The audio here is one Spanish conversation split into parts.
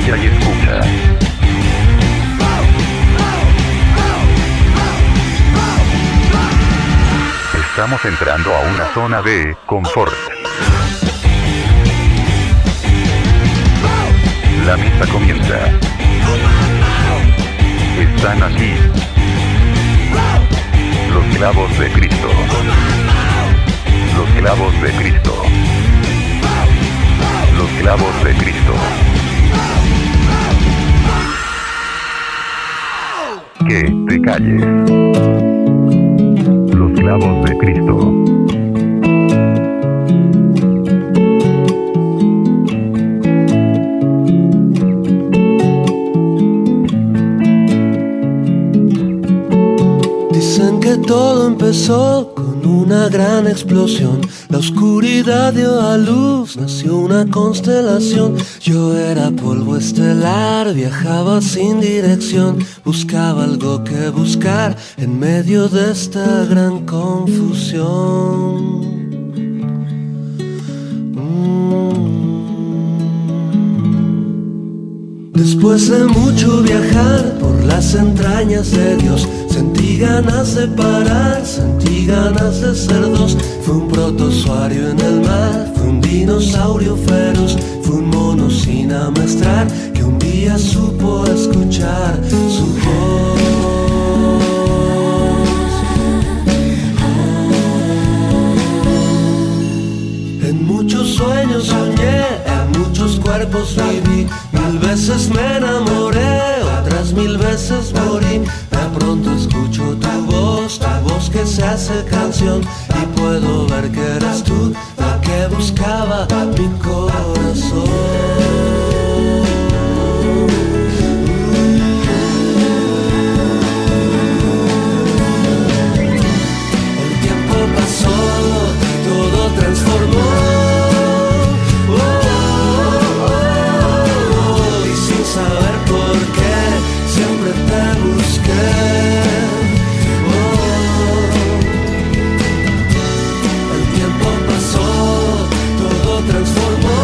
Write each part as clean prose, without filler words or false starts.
calla y escucha. Estamos entrando a una zona de confort. La misa comienza. Están aquí los clavos de Cristo. Los clavos de Cristo. Los clavos de Cristo. Que te calles. Los clavos de Cristo. Dicen que todo empezó con una gran explosión. La oscuridad dio a luz, nació una constelación. Yo era polvo estelar, viajaba sin dirección. Buscaba algo que buscar en medio de esta gran confusión. Después de mucho viajar por las entrañas de Dios, sentí ganas de parar, sentí ganas de ser dos. Fue un protozoario en el mar, fue un dinosaurio feroz, fue un mono sin amestrar que un día supo escuchar su voz. En muchos sueños soñé, en muchos cuerpos viví. 1000 veces me enamoré, otras 1000 veces morí. De pronto escucho tu voz que se hace canción, y puedo ver que eres tú la que buscaba mi corazón. El tiempo pasó, todo transformó. Saber por qué siempre te busqué. El tiempo pasó, todo transformó.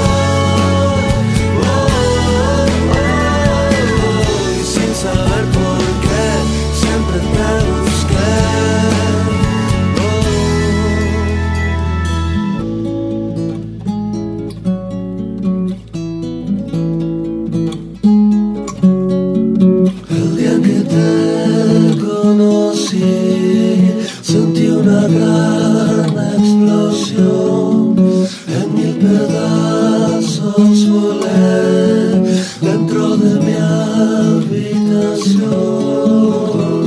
Y sin saber por qué siempre te busqué. Sentí una gran explosión, en 1000 pedazos volé dentro de mi habitación.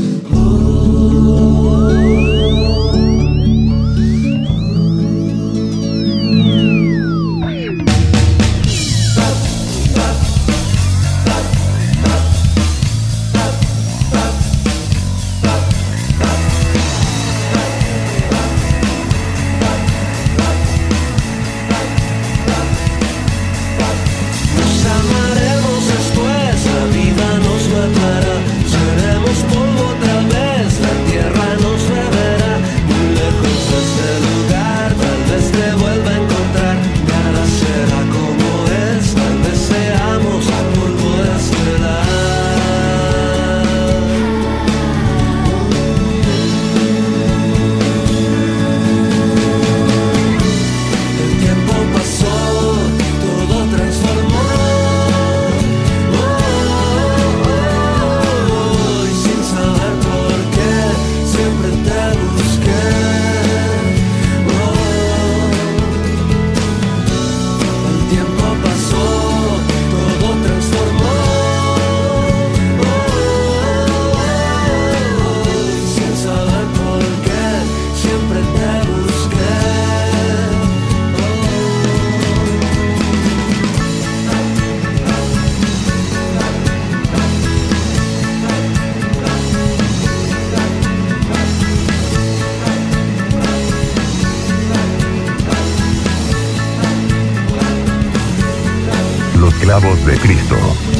Clavos de Cristo.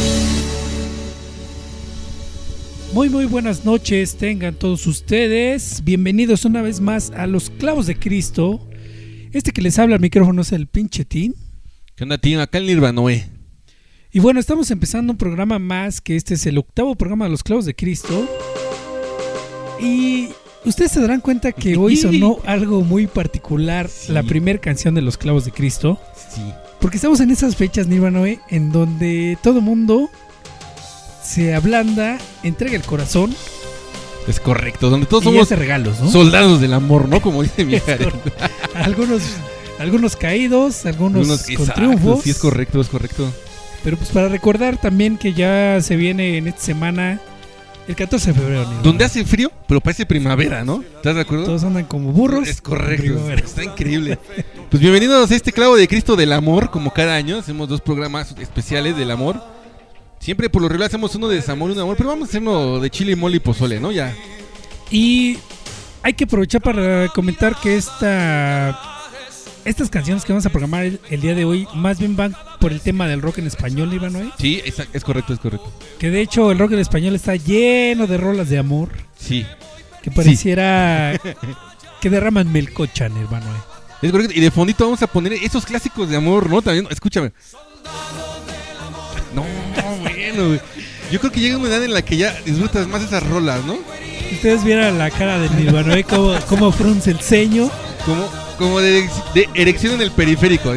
Muy buenas noches tengan todos ustedes. Bienvenidos una vez más a Los Clavos de Cristo. Este que les habla al micrófono es el pinche Tin. ¿Qué onda, Tin? Acá el Nirvanoé. Y bueno, estamos empezando un programa más, que este es el 8º programa de los Clavos de Cristo. Y ustedes se darán cuenta que hoy sonó algo muy particular, sí. La primera canción de los Clavos de Cristo. Sí. Porque estamos en esas fechas, Nirvanoe, en donde todo mundo se ablanda, entrega el corazón. Es correcto, donde todos somos regalos, ¿no? Soldados del amor, ¿no? Como dice mi hija. Algunos caídos, algunos con triunfos. Sí, es correcto. Pero pues para recordar también que ya se viene en esta semana el 14 de febrero. ¿No? Donde hace frío, pero parece primavera, ¿no? ¿Estás de acuerdo? Todos andan como burros. Es correcto, está increíble. Pues bienvenidos a este Clavo de Cristo del Amor. Como cada año hacemos 2 programas especiales del amor. Siempre por lo regular hacemos uno de desamor y uno de amor, pero vamos a hacer uno de chile, mole y pozole, ¿no? Ya. Y hay que aprovechar para comentar que estas canciones que vamos a programar el día de hoy más bien van por el tema del rock en español, Iván. Sí, es correcto. Que de hecho el rock en español está lleno de rolas de amor. Sí. Que pareciera que derraman melcocha, Iván. Es correcto. Y de fondito vamos a poner esos clásicos de amor, ¿no? También, escúchame. No, bueno, güey. Yo creo que llega una edad en la que ya disfrutas más esas rolas, ¿no? Ustedes vieran la cara de Nirvana, cómo frunce el ceño. Como de erección en el periférico.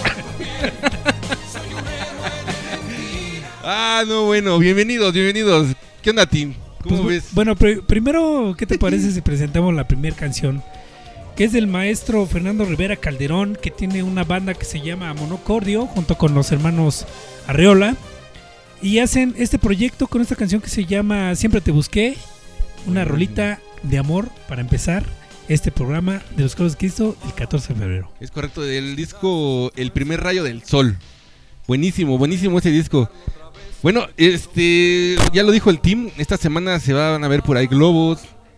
No, bueno, bienvenidos. ¿Qué onda, Tim? ¿Cómo ves? Bueno, primero, ¿qué te parece si presentamos la primera canción? Que es del maestro Fernando Rivera Calderón, que tiene una banda que se llama Monocordio, junto con los hermanos Arreola. Y hacen este proyecto con esta canción que se llama Siempre te busqué. Una rolita de amor para empezar este programa de los Clavos de Cristo el 14 de febrero. Es correcto, del disco El Primer Rayo del Sol. Buenísimo ese disco. Bueno, ya lo dijo el team, esta semana se van a ver por ahí globos,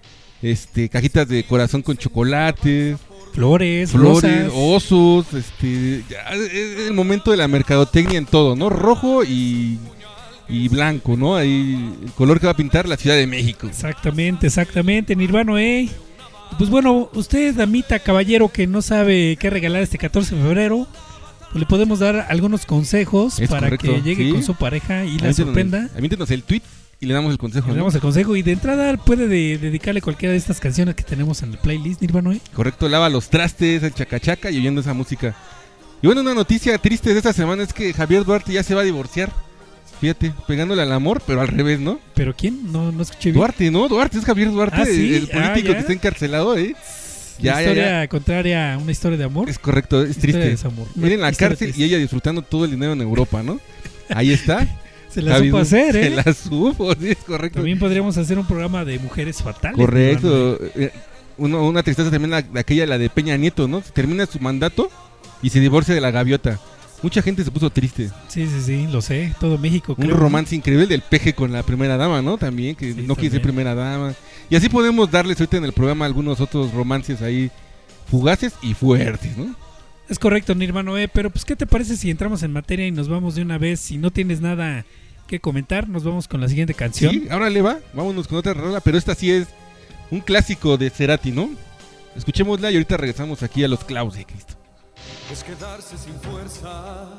cajitas de corazón con chocolates, flores, osos, ya es el momento de la mercadotecnia en todo, ¿no? Rojo y blanco, ¿no? Ahí el color que va a pintar la Ciudad de México. Exactamente, Nirvano, Pues bueno, usted, damita, caballero, que no sabe qué regalar este 14 de febrero, pues le podemos dar algunos consejos para que llegue con su pareja y la sorprenda. Aviéntenos el tweet y le damos el consejo. Le damos el consejo y de entrada puede dedicarle cualquiera de estas canciones que tenemos en el playlist, Nirvano. Correcto, lava los trastes, el chacachaca y oyendo esa música. Y bueno, una noticia triste de esta semana es que Javier Duarte ya se va a divorciar. Fíjate, pegándole al amor, pero al revés, ¿no? ¿Pero quién? No escuché bien. Duarte es Javier Duarte, ¿sí? el político que está encarcelado, Historia contraria a una historia de amor. Es correcto, es triste. Desamor. Él en la cárcel triste. Y ella disfrutando todo el dinero en Europa, ¿no? Ahí está. Se la supo hacer, Se la supo, sí, es correcto. También podríamos hacer un programa de mujeres fatales. Correcto. Una tristeza también la de Peña Nieto, ¿no? Termina su mandato y se divorcia de la gaviota. Mucha gente se puso triste. Sí, lo sé. Todo México, creo. Un romance increíble del Peje con la primera dama, ¿no? También, que no quiere ser primera dama. Y así podemos darles ahorita en el programa algunos otros romances ahí fugaces y fuertes, ¿no? Es correcto, Nirvano, pero pues ¿qué te parece si entramos en materia y nos vamos de una vez? Si no tienes nada que comentar, nos vamos con la siguiente canción. Sí, ahora le va, vámonos con otra rola, pero esta sí es un clásico de Cerati, ¿no? Escuchémosla y ahorita regresamos aquí a los Clavos de Cristo. Es quedarse sin fuerzas,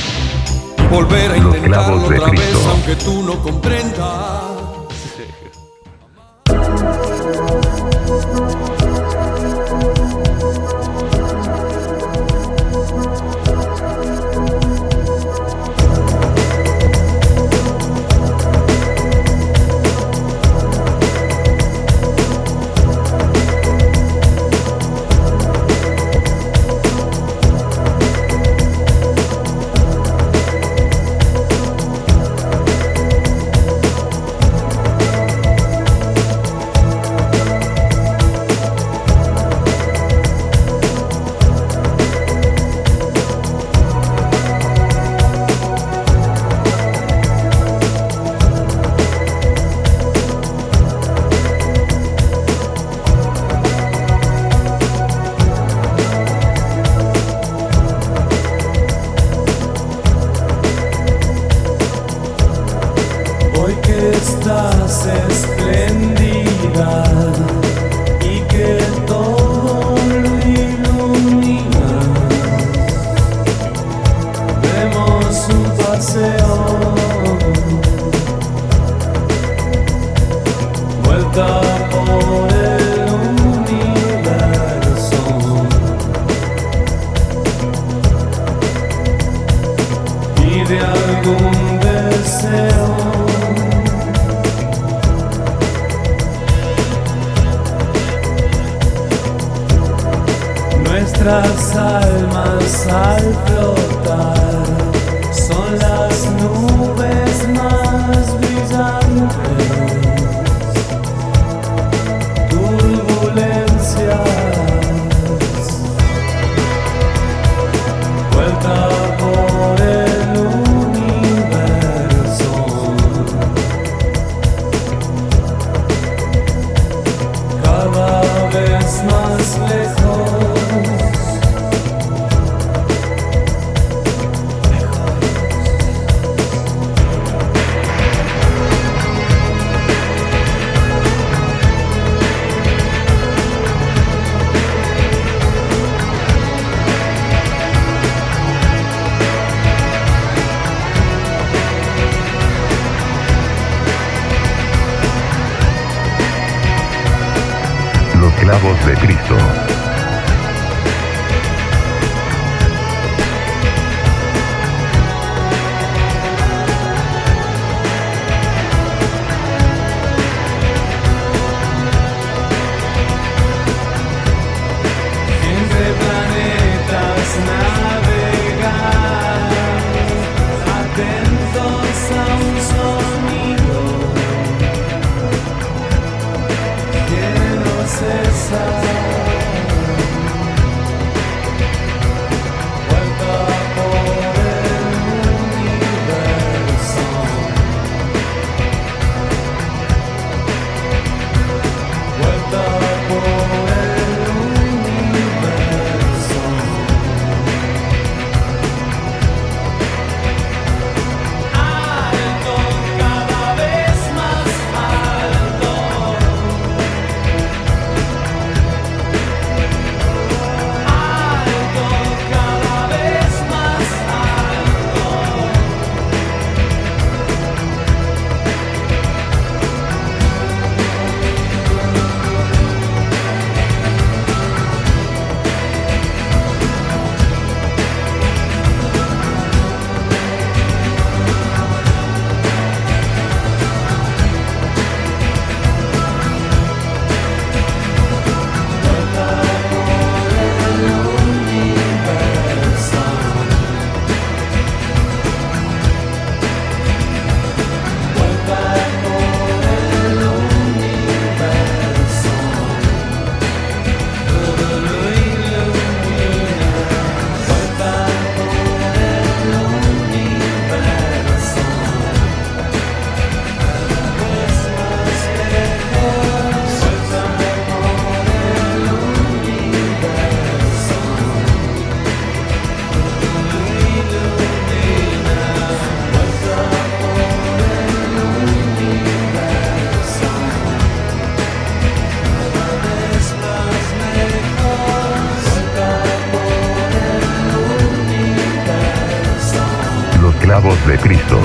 volver a intentarlo otra vez, aunque tú no comprendas. Vemos un paseo algún deseo. Nuestras almas al flotar son las nubes más brillantes, turbulencias, vuelta por el universo, cada vez más lejos. Clavos de Cristo. Entre planetas navegar, atentos a un sonido que no cesa. Vuelta por el universo, vuelta por el universo, alto, cada vez más alto, alto, cada vez más alto. Los Clavos de Cristo.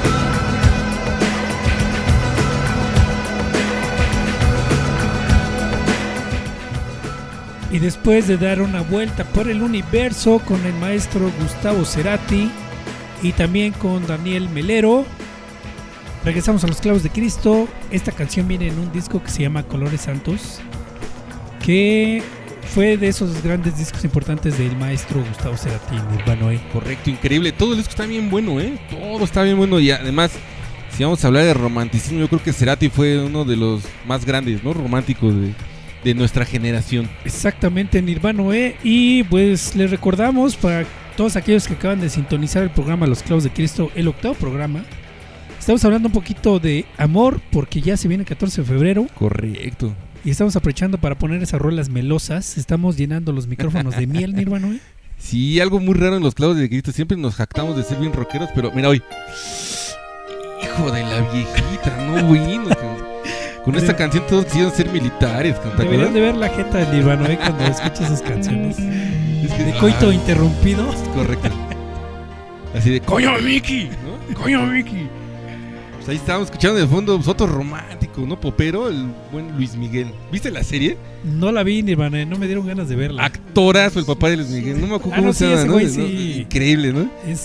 Y después de dar una vuelta por el universo con el maestro Gustavo Cerati y también con Daniel Melero, regresamos a Los Clavos de Cristo. Esta canción viene en un disco que se llama Colores Santos, que fue de esos grandes discos importantes del maestro Gustavo Cerati, Nirvana. Correcto, increíble. Todo el disco está bien bueno, ¿eh? Todo está bien bueno. Y además, si vamos a hablar de romanticismo, yo creo que Cerati fue uno de los más grandes, ¿no? Románticos de nuestra generación. Exactamente, Nirvana. Y pues les recordamos para todos aquellos que acaban de sintonizar el programa Los Clavos de Cristo, el 8º programa. Estamos hablando un poquito de amor porque ya se viene el 14 de febrero. Correcto. Y estamos aprovechando para poner esas rolas melosas. Estamos llenando los micrófonos de miel, Nirvana. Sí, algo muy raro en Los Clavos de Cristo. Siempre nos jactamos de ser bien rockeros, pero mira hoy. Hijo de la viejita, no bueno. Con esta canción todos quisieron ser militares. Deberían de ver la jeta de Nirvana cuando escuchas esas canciones. Es que, de coito interrumpido. Correcto. Así de, ¡coño, Mickey! ¿No? ¡Coño, Mickey! Pues ahí estábamos escuchando de fondo otro romántico, ¿no? Popero, el buen Luis Miguel. ¿Viste la serie? No la vi, Nirvana, no me dieron ganas de verla. Actorazo el papá de Luis Miguel. No me acuerdo cómo se llama, ¿no? Sí. Increíble, ¿no? Es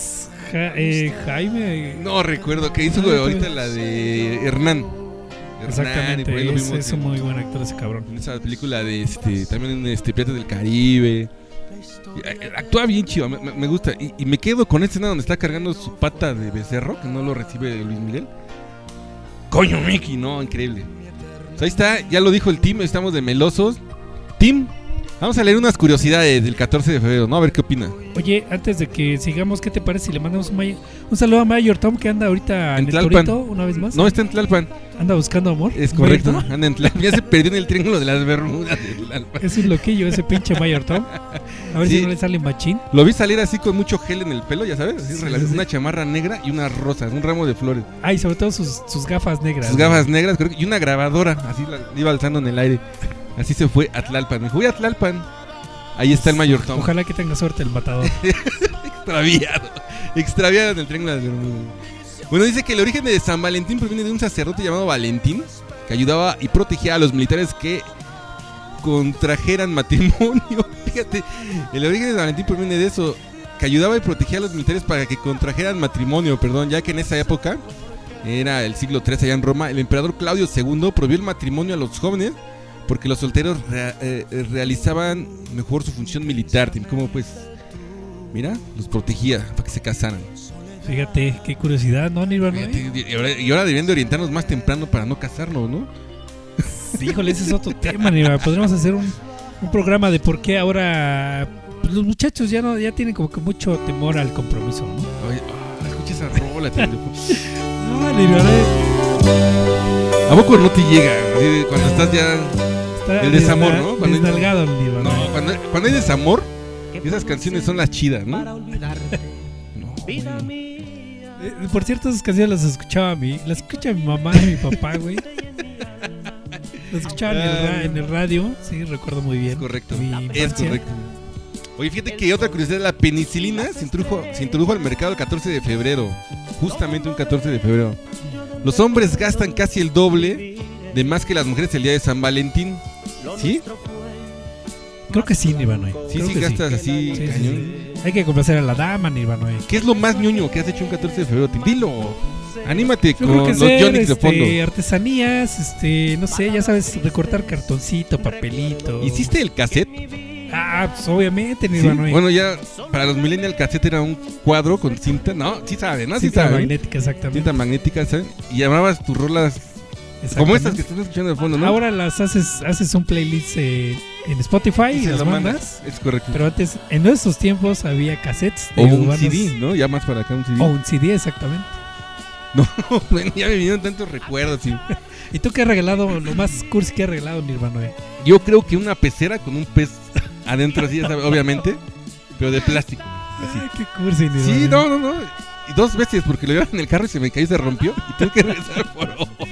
Jaime. No recuerdo que hizo ahorita la de Hernán. Exactamente, por ahí lo vimos es un muy buen actor ese cabrón. en esa película de también en Piratas del Caribe. Actúa bien chido, me gusta. Y me quedo con esta escena donde está cargando su pata de becerro, que no lo recibe Luis Miguel. Coño, Mickey, no, increíble. Pues ahí está, ya lo dijo el Tim, estamos de melosos. Tim, vamos a leer unas curiosidades del 14 de febrero, ¿no? A ver qué opina. Oye, antes de que sigamos, ¿qué te parece si le mandamos un saludo a Mayor Tom, que anda ahorita en el Tlalpan. Torito, una vez más? No, está en Tlalpan. ¿Anda buscando amor? Es correcto, ¿Mayor Tom? anda en Tlalpan. Ya se perdió en el triángulo de las Bermudas de Tlalpan. Es un loquillo ese pinche Mayor Tom. A ver Sí. si no le sale machín. Lo vi salir así con mucho gel en el pelo, ya sabes, así Sí, una chamarra negra y unas rosas, un ramo de flores. Ah, y sobre todo sus gafas negras. Sus gafas negras, creo que, y una grabadora, así la iba alzando en el aire. Así se fue a Tlalpan. Me dijo, voy a Tlalpan. Ahí está el Mayor Tom. Ojalá que tenga suerte el matador. Extraviado en el triángulo de las Bermudas. Bueno, dice que el origen de San Valentín proviene de un sacerdote llamado Valentín, que ayudaba y protegía a los militares que contrajeran matrimonio. Fíjate, el origen de San Valentín proviene de eso, que ayudaba y protegía a los militares para que contrajeran matrimonio, ya que en esa época, era el siglo III allá en Roma, el emperador Claudio II prohibió el matrimonio a los jóvenes porque los solteros realizaban mejor su función militar. Como pues, mira, los protegía para que se casaran. Fíjate, qué curiosidad, ¿no, Nirvana? Y ahora deberían de orientarnos más temprano para no casarnos, ¿no? Sí, híjole, ese es otro tema, Nirvana. Podríamos hacer un programa de por qué ahora pues, los muchachos ya tienen como que mucho temor al compromiso, ¿no? Oye, escucha esa rola. No, Nirvana. ¿A poco no te llega? Así de cuando estás ya... Está el desamor, ¿no? Desnalgado el Nirvana. No, cuando hay desamor, esas canciones son las chidas, ¿no? No, por cierto, esas canciones las escuchaba las escucha mi mamá y mi papá, güey. Las escuchaban en el radio, sí, recuerdo muy bien. Es correcto, Mi es infancia. correcto. Oye, fíjate que otra curiosidad, la penicilina se introdujo al mercado el 14 de febrero. Justamente un 14 de febrero. Los hombres gastan casi el doble de más que las mujeres el día de San Valentín. ¿Sí? Creo que sí, Nirvana. Sí, Creo sí que gastas así, Sí, sí, cañón. sí. Hay que complacer a la dama, Nirvana. ¿Qué es lo más ñoño que has hecho un 14 de febrero, Tim? Dilo. Anímate Yo con creo que los hacer, Yonix de fondo. artesanías, no sé, ya sabes, recortar cartoncito, papelito. ¿Hiciste el cassette? Ah, pues obviamente, ¿Sí? Nirvana. Bueno, ya para los millennials el cassette era un cuadro con cinta. No, sí saben, ¿no? Sí cinta saben. magnética, exactamente. Cinta magnética, ¿saben? Y llamabas tus rolas como estas que estás escuchando de fondo, ¿no? Ahora las haces un playlist en Spotify y se las lo mandas. Es correcto. Pero antes, en esos tiempos había cassettes de O un urbanos. CD, ¿no? Ya más para acá un CD. O un CD, exactamente. No, ya me vinieron tantos recuerdos. Sí. ¿Y tú qué has regalado? Lo más cursi que has regalado, Nirvana. Yo creo que una pecera con un pez adentro, así, ya sabes, obviamente, pero de plástico. Así. Ay, qué cursi, Nirvana. Sí, no. Y 2 veces porque lo llevaba en el carro y se me cayó y se rompió. Y tuve que regresar por otro.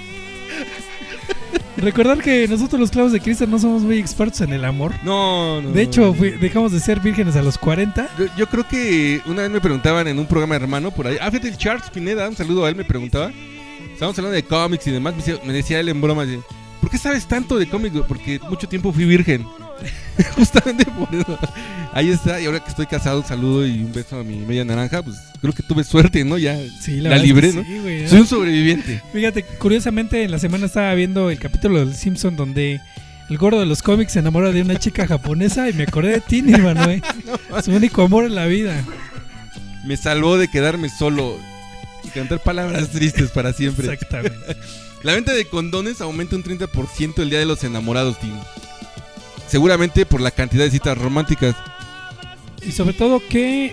Recordar que nosotros los clavos de Cristo no somos muy expertos en el amor. No. De hecho, dejamos de ser vírgenes a los 40. Yo creo que una vez me preguntaban en un programa hermano por ahí. Fíjate, el Charles Pineda, un saludo a él, me preguntaba. Estábamos hablando de cómics y demás. Me decía él en broma: ¿por qué sabes tanto de cómics? Porque mucho tiempo fui virgen. Justamente por eso. Ahí está. Y ahora que estoy casado, un saludo y un beso a mi media naranja. Pues creo que tuve suerte, ¿no? Ya Sí, la verdad libré, es que ¿no? sí, güey, ¿no? Soy un sobreviviente. Fíjate, curiosamente en la semana estaba viendo el capítulo del Simpson donde el gordo de los cómics se enamora de una chica japonesa y me acordé de ti, Nirvana. Su único amor en la vida. Me salvó de quedarme solo y cantar palabras tristes para siempre. Exactamente. La venta de condones aumenta un 30% el día de los enamorados, Tim. Seguramente por la cantidad de citas románticas. Y sobre todo que,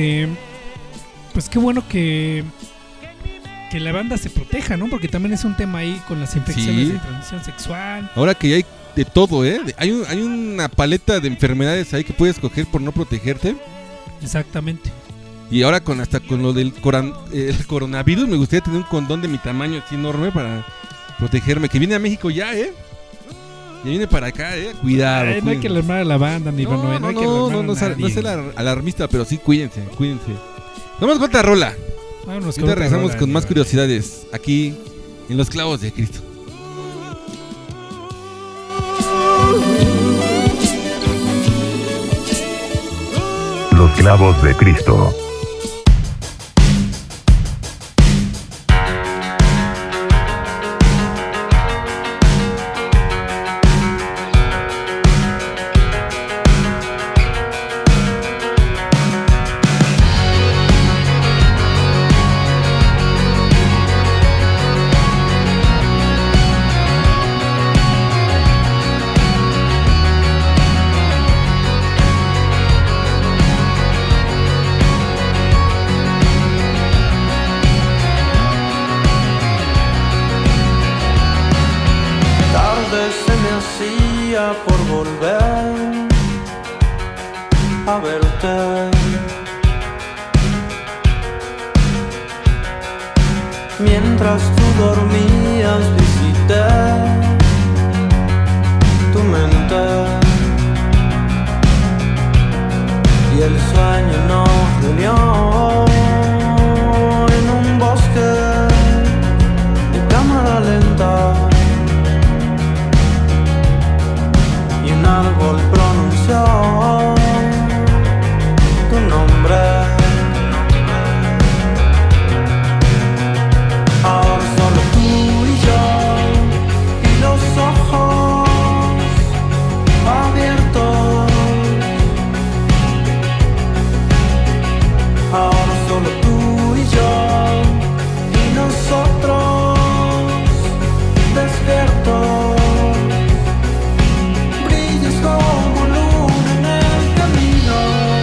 pues qué bueno que la banda se proteja, ¿no? Porque también es un tema ahí con las infecciones Sí. de transmisión sexual. Ahora que ya hay de todo, ¿eh? Hay una paleta de enfermedades ahí que puedes coger por no protegerte. Exactamente. Y ahora hasta con lo del el coronavirus, me gustaría tener un condón de mi tamaño así enorme para protegerme. Que viene a México ya, ¿eh? Ya viene para acá, Cuidado. No hay que alarmar a la banda, ni No hay que alarmar a es nadie. alarmista, pero sí, cuídense. Vamos con otra rola. Vámonos con Ahorita otra regresamos rola, con más Nirvana. curiosidades aquí en Los Clavos de Cristo. Los Clavos de Cristo. Mientras tú dormías visité tu mente y el sueño nos reunió en un bosque de cámara lenta y un árbol pronunció tu nombre. Ahora solo tú y yo y los ojos abiertos. Ahora solo tú y yo y nosotros despiertos. Brillas como luna en el camino.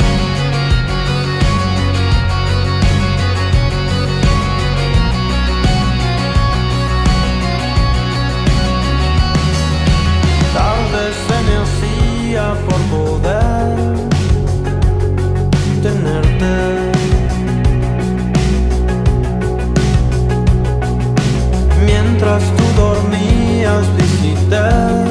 Tarde se me hacía por poder tenerte. Mientras tú dormías visité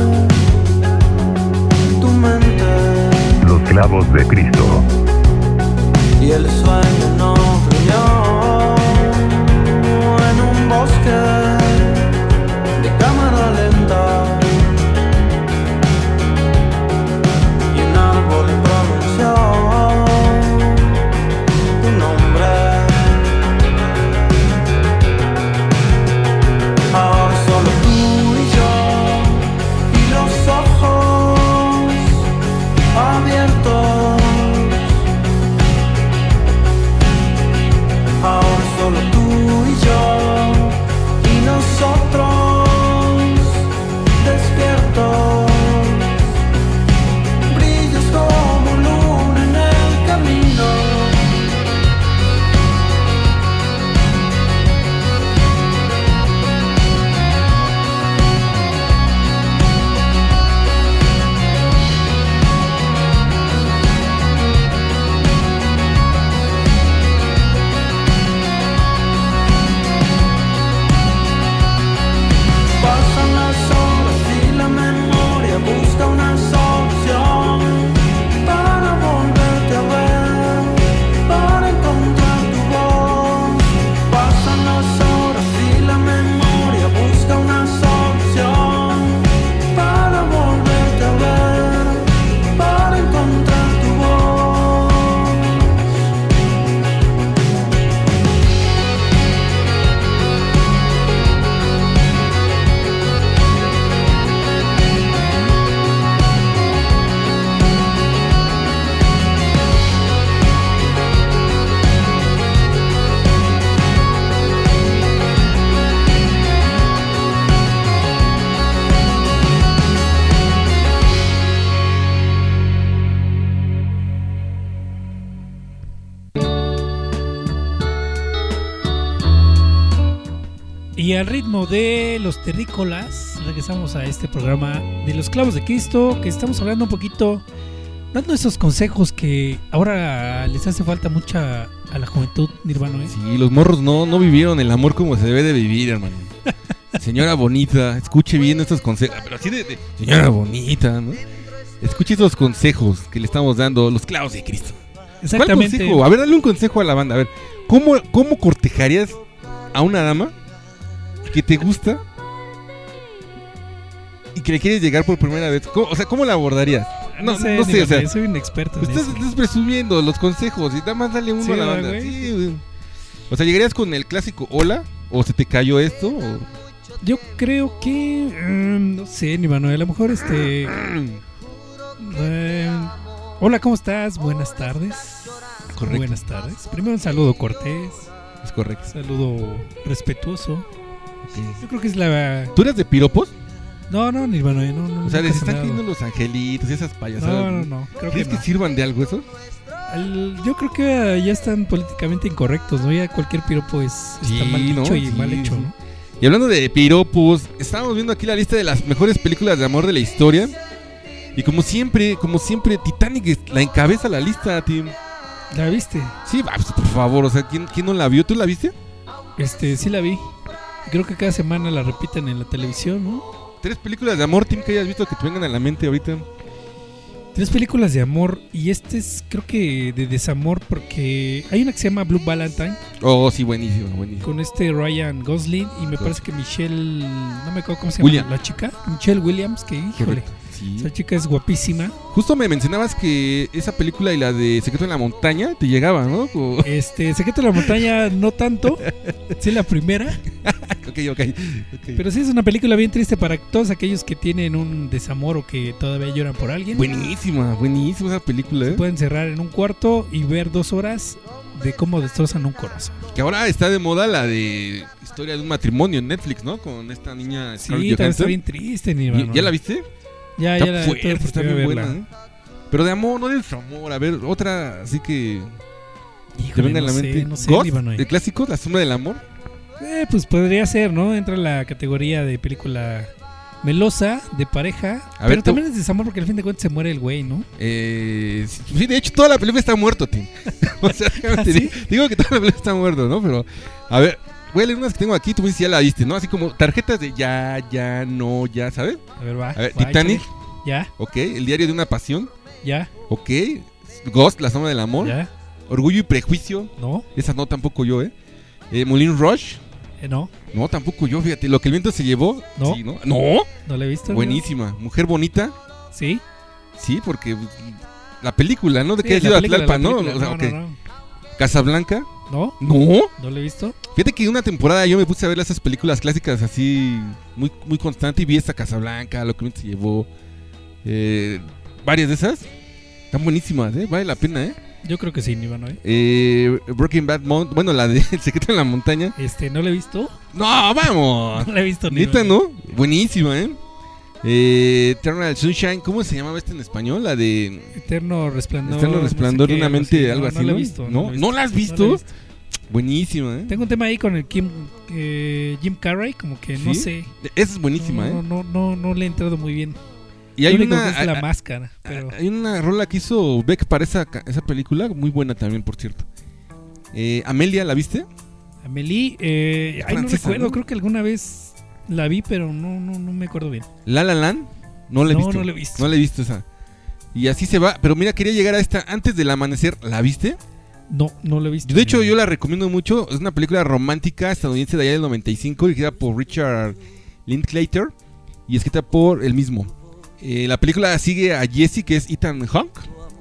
tu mente. Los clavos de Cristo. Y el sueño nos reunió en un bosque de cámara lenta y un árbol pronunció tu nombre. Ahora solo tú y yo y los ojos abiertos. Ahora solo tú y yo y nosotros despiertos. Brillas como luna en el camino. Pasan las horas y la memoria busca una solución para volverte a ver, para encontrar tu voz. Pasan las horas y la memoria busca una solución para volverte a ver, para encontrar tu voz. Y al ritmo de los terrícolas, regresamos a este programa de los clavos de Cristo, que estamos hablando un poquito, dando esos consejos que ahora les hace falta mucha a la juventud, Nirvana, ¿eh? Sí, los morros no vivieron el amor como se debe de vivir, hermano. Señora bonita, escuche bien estos consejos. Pero así de señora bonita, ¿no? Escuche esos consejos que le estamos dando, los clavos de Cristo. Exactamente. ¿Cuál consejo? A ver, dale un consejo a la banda. A ver, ¿cómo cortejarías a una dama que te gusta y que le quieres llegar por primera vez? ¿Cómo la abordarías? No sé, o sea, soy un experto en estás presumiendo los consejos y nada más dale uno a la banda. Sí, güey. O sea, ¿llegarías con el clásico hola? ¿O se te cayó esto? ¿O? Yo creo que no sé, ni Manuel, a lo mejor hola, ¿cómo estás? Buenas tardes. Correcto. Buenas tardes. Primero un saludo cortés. Es correcto. Saludo respetuoso. Okay. Yo creo que es la... ¿Tú eres de piropos? No, ni Manuel, no. O sea, les están cayendo cayendo los angelitos y esas payasadas. No. ¿Crees que sirvan de algo eso? Yo creo que ya están políticamente incorrectos, ¿no? Ya cualquier piropo está mal dicho y mal hecho, ¿no? Y hablando de piropos, estábamos viendo aquí la lista de las mejores películas de amor de la historia. Y como siempre, Titanic la encabeza la lista, Tim. ¿La viste? Sí, pues, por favor, o sea, ¿quién no la vio? ¿Tú la viste? Sí la vi. creo que cada semana la repiten en la televisión, ¿no? 3 películas de amor, Tim, que hayas visto que te vengan a la mente ahorita. 3 películas de amor y este es creo que de desamor porque hay una que se llama Blue Valentine Oh, sí, buenísimo. con Ryan Gosling y me parece que Michelle, no me acuerdo cómo se llama Williams. la chica, Michelle Williams, que híjole, Correcto, sí. esa chica es guapísima. Justo me mencionabas que esa película y la de Secreto en la Montaña te llegaba, ¿no? Como... Secreto de la Montaña no tanto, sí la primera, ok. pero sí es una película bien triste para todos aquellos que tienen un desamor o que todavía lloran por alguien. Buenísima esa película, Se ¿eh? pueden cerrar en un cuarto y ver 2 horas de cómo destrozan un corazón. Que ahora está de moda la de Historia de un matrimonio en Netflix, ¿no? Con esta niña Sí, Scarlett también está Johansson. bien triste, ni hermano. ¿Ya la viste? Ya Está la fuerte, tuve está oportunidad bien de buena, verla. ¿eh? Pero de amor, no de amor. A ver, otra así que te Híjole, venga a la no mente. sé, no sé, Ghost, Líbano. el clásico, La sombra del amor. Pues podría ser, ¿no? Entra en la categoría de película melosa, de pareja. A ver, pero también es desamor porque al fin de cuentas se muere el güey, ¿no? Sí, de hecho toda la película está muerto, Tim. O sea, ¿Ah, sí? digo que toda la película está muerto, ¿no? Pero, a ver, voy a leer unas que tengo aquí, tú me dices si ya la viste, ¿no? Así como tarjetas de ya, no, ya, ¿sabes? A ver, va. A ver, va, Titanic, échale. Ya, ok. El diario de una pasión, ya, ok. Ghost, La sombra del amor. ya. Orgullo y prejuicio, No, esa no, tampoco yo, Moulin Rouge, no, no, tampoco yo, fíjate. Lo que el viento se llevó, No. sí, ¿no? No, no la he visto. ¿no? buenísima. Mujer bonita, Sí. sí, porque la película, ¿no? De Sí, que ha la sido película, Tlalpan, la ¿no? película. O sea, No, ok. no. Casablanca, No, no. no la he visto. Fíjate que una temporada yo me puse a ver esas películas clásicas así muy, muy constante y vi esta Casablanca, Lo que el viento se llevó, varias de esas. Están buenísimas, vale la pena, Yo creo que sí, Níbano, ¿eh? Breaking Bad Mountain, bueno, la de El secreto en la montaña. ¿No la he visto? No, vamos. No la he visto, Neta, Níbano. ¿no? Buenísima, Eternal Sunshine, ¿cómo se llamaba esta en español? La de Eterno Resplandor. Eterno Resplandor de una mente, algo así, No la he ¿no? visto. ¿No? ¿No la has No la he visto? visto. Buenísima, Tengo un tema ahí con el Jim Carrey, como que no ¿Sí? sé. Esa es buenísima, No le he entrado muy bien. Y hay Lo único que una es la máscara, pero hay una rola que hizo Beck para esa película, muy buena también, por cierto. Amelia, ¿la viste? Amélie, no francesa, recuerdo, ¿no? creo que alguna vez la vi, pero no me acuerdo bien. La La Land, no la he No, visto. no la he visto. No la he visto esa. Y así se va, pero mira, quería llegar a esta antes del amanecer, ¿la viste? No la he visto. De hecho, yo la recomiendo mucho, es una película romántica estadounidense de allá del 95, dirigida por Richard Linklater y escrita por él mismo. La película sigue a Jesse, que es Ethan Hawke,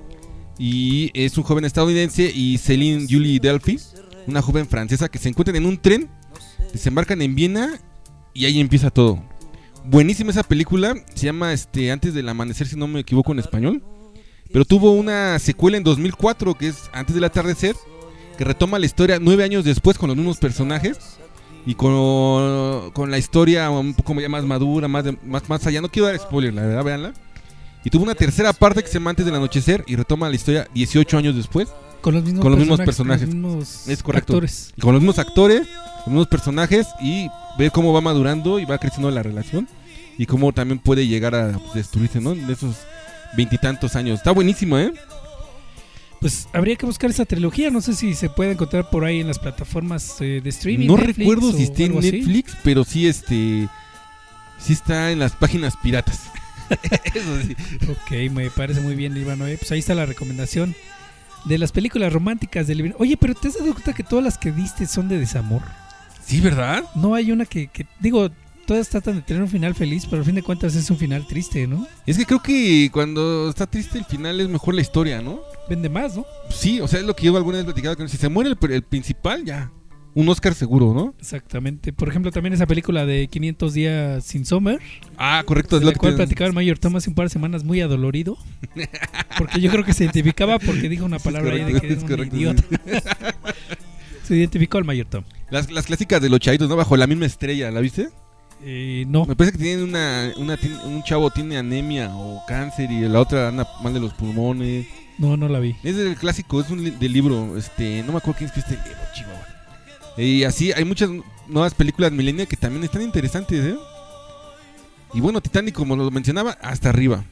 y es un joven estadounidense, y Céline Julie Delphi, una joven francesa, que se encuentran en un tren, desembarcan en Viena y ahí empieza todo. Buenísima esa película, se llama Antes del amanecer, si no me equivoco en español, pero tuvo una secuela en 2004 que es Antes del atardecer, que retoma la historia 9 años después con los mismos personajes y con la historia un poco ya más madura, más allá. No quiero dar spoiler, la verdad, véanla. Y tuvo una tercera parte que se llama Antes del anochecer y retoma la historia 18 años después. Con los mismos personajes. Con los mismos Es correcto. actores. Y con los mismos actores, los mismos personajes, y ver cómo va madurando y va creciendo la relación y cómo también puede llegar a destruirse, ¿no? En esos 20 y tantos años. Está buenísimo, Pues habría que buscar esa trilogía. No sé si se puede encontrar por ahí en las plataformas de streaming. No Netflix recuerdo o si está en algo así. Netflix, pero sí sí está en las páginas piratas. Eso sí. Ok, me parece muy bien, Líbano. Pues ahí está la recomendación de las películas románticas de Líbano. Oye, pero ¿te has dado cuenta que todas las que diste son de desamor? Sí, ¿verdad? No hay una que digo, todas tratan de tener un final feliz, pero al fin de cuentas es un final triste, ¿no? Es que creo que cuando está triste el final es mejor la historia, ¿no? Vende más, ¿no? Sí, o sea, es lo que yo alguna vez platicado, que si se muere el principal, ya, un Oscar seguro, ¿no? Exactamente. Por ejemplo, también esa película de 500 días sin Summer, Ah, correcto, es de lo la que cual te... platicaba el Mayor Tom hace un par de semanas muy adolorido. Porque yo creo que se identificaba porque dijo una palabra ahí de que es un correcto, idiota. Se identificó al Mayor Tom. Las clásicas de los chavitos, ¿no? Bajo la misma estrella, ¿la viste? No. Me parece que tienen un chavo tiene anemia o cáncer y la otra anda mal de los pulmones. No la vi. Es del clásico, es del libro, no me acuerdo quién escribió este libro, Chihuahua. Y así hay muchas nuevas películas millennial que también están interesantes, Y bueno, Titanic, como lo mencionaba, hasta arriba.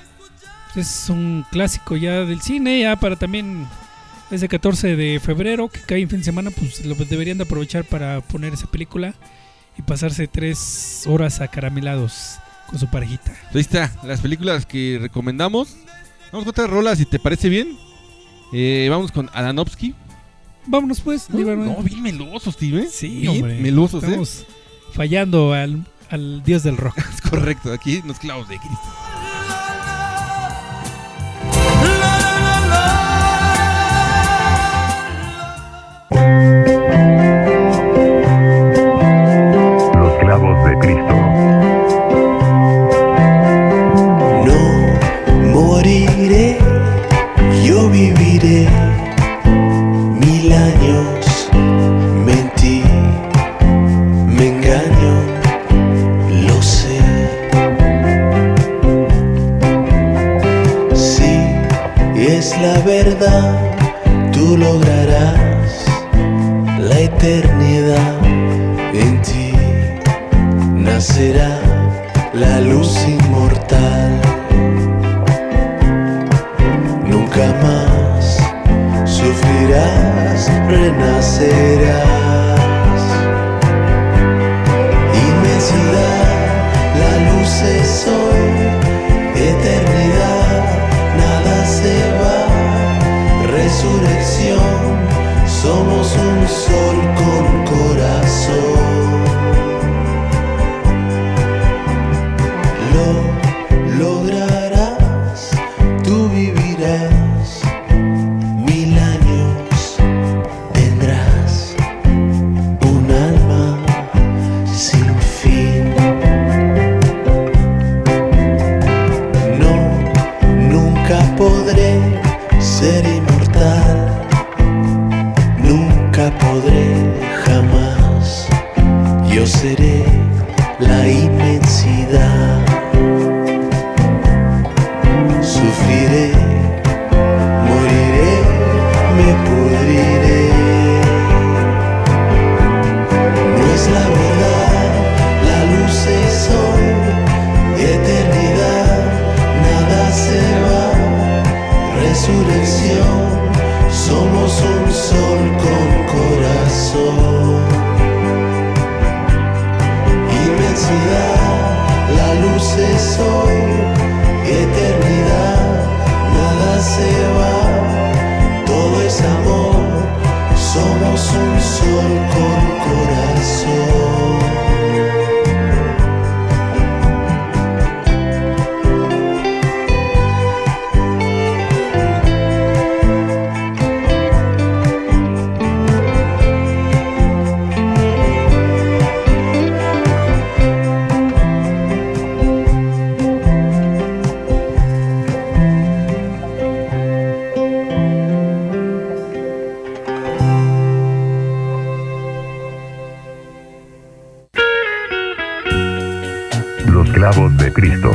Es un clásico ya del cine, ya para también ese 14 de febrero, que cae en fin de semana, pues lo deberían de aprovechar para poner esa película. y pasarse 3 horas acaramelados con su parejita. Ahí está, las películas que recomendamos. Vamos con otras rolas, si te parece bien. Vamos con Adanovsky. Vámonos pues, No, bien melosos, Steve. Sí, bien hombre. melosos, Estamos fallando al dios del rock. Es correcto, aquí nos clavos de Cristo. Los clavos de Cristo. No moriré, yo viviré 1000 años. Mentí, me engaño, lo sé. Si es la verdad, tú lograrás la eternidad. En ti nacerá la luz inmortal. Nunca más sufrirás, renacerás. Inmensidad, la luz es hoy. Eternidad, nada se va. Resurrección, somos un sol con corazón. Lo lograrás, tú vivirás 1000 años, tendrás un alma sin fin. No, nunca podré ser inmortal, nunca podré jamás. Yo seré la inmensidad. Sufriré, moriré, me pudriré. No es la verdad, la luz es hoy. Eternidad, nada se va. Resurrección, somos un sol con corazón. Inmensidad, la luz es hoy. Eternidad, nada se va. Todo es amor, somos un sol con corazón. Los clavos de Cristo.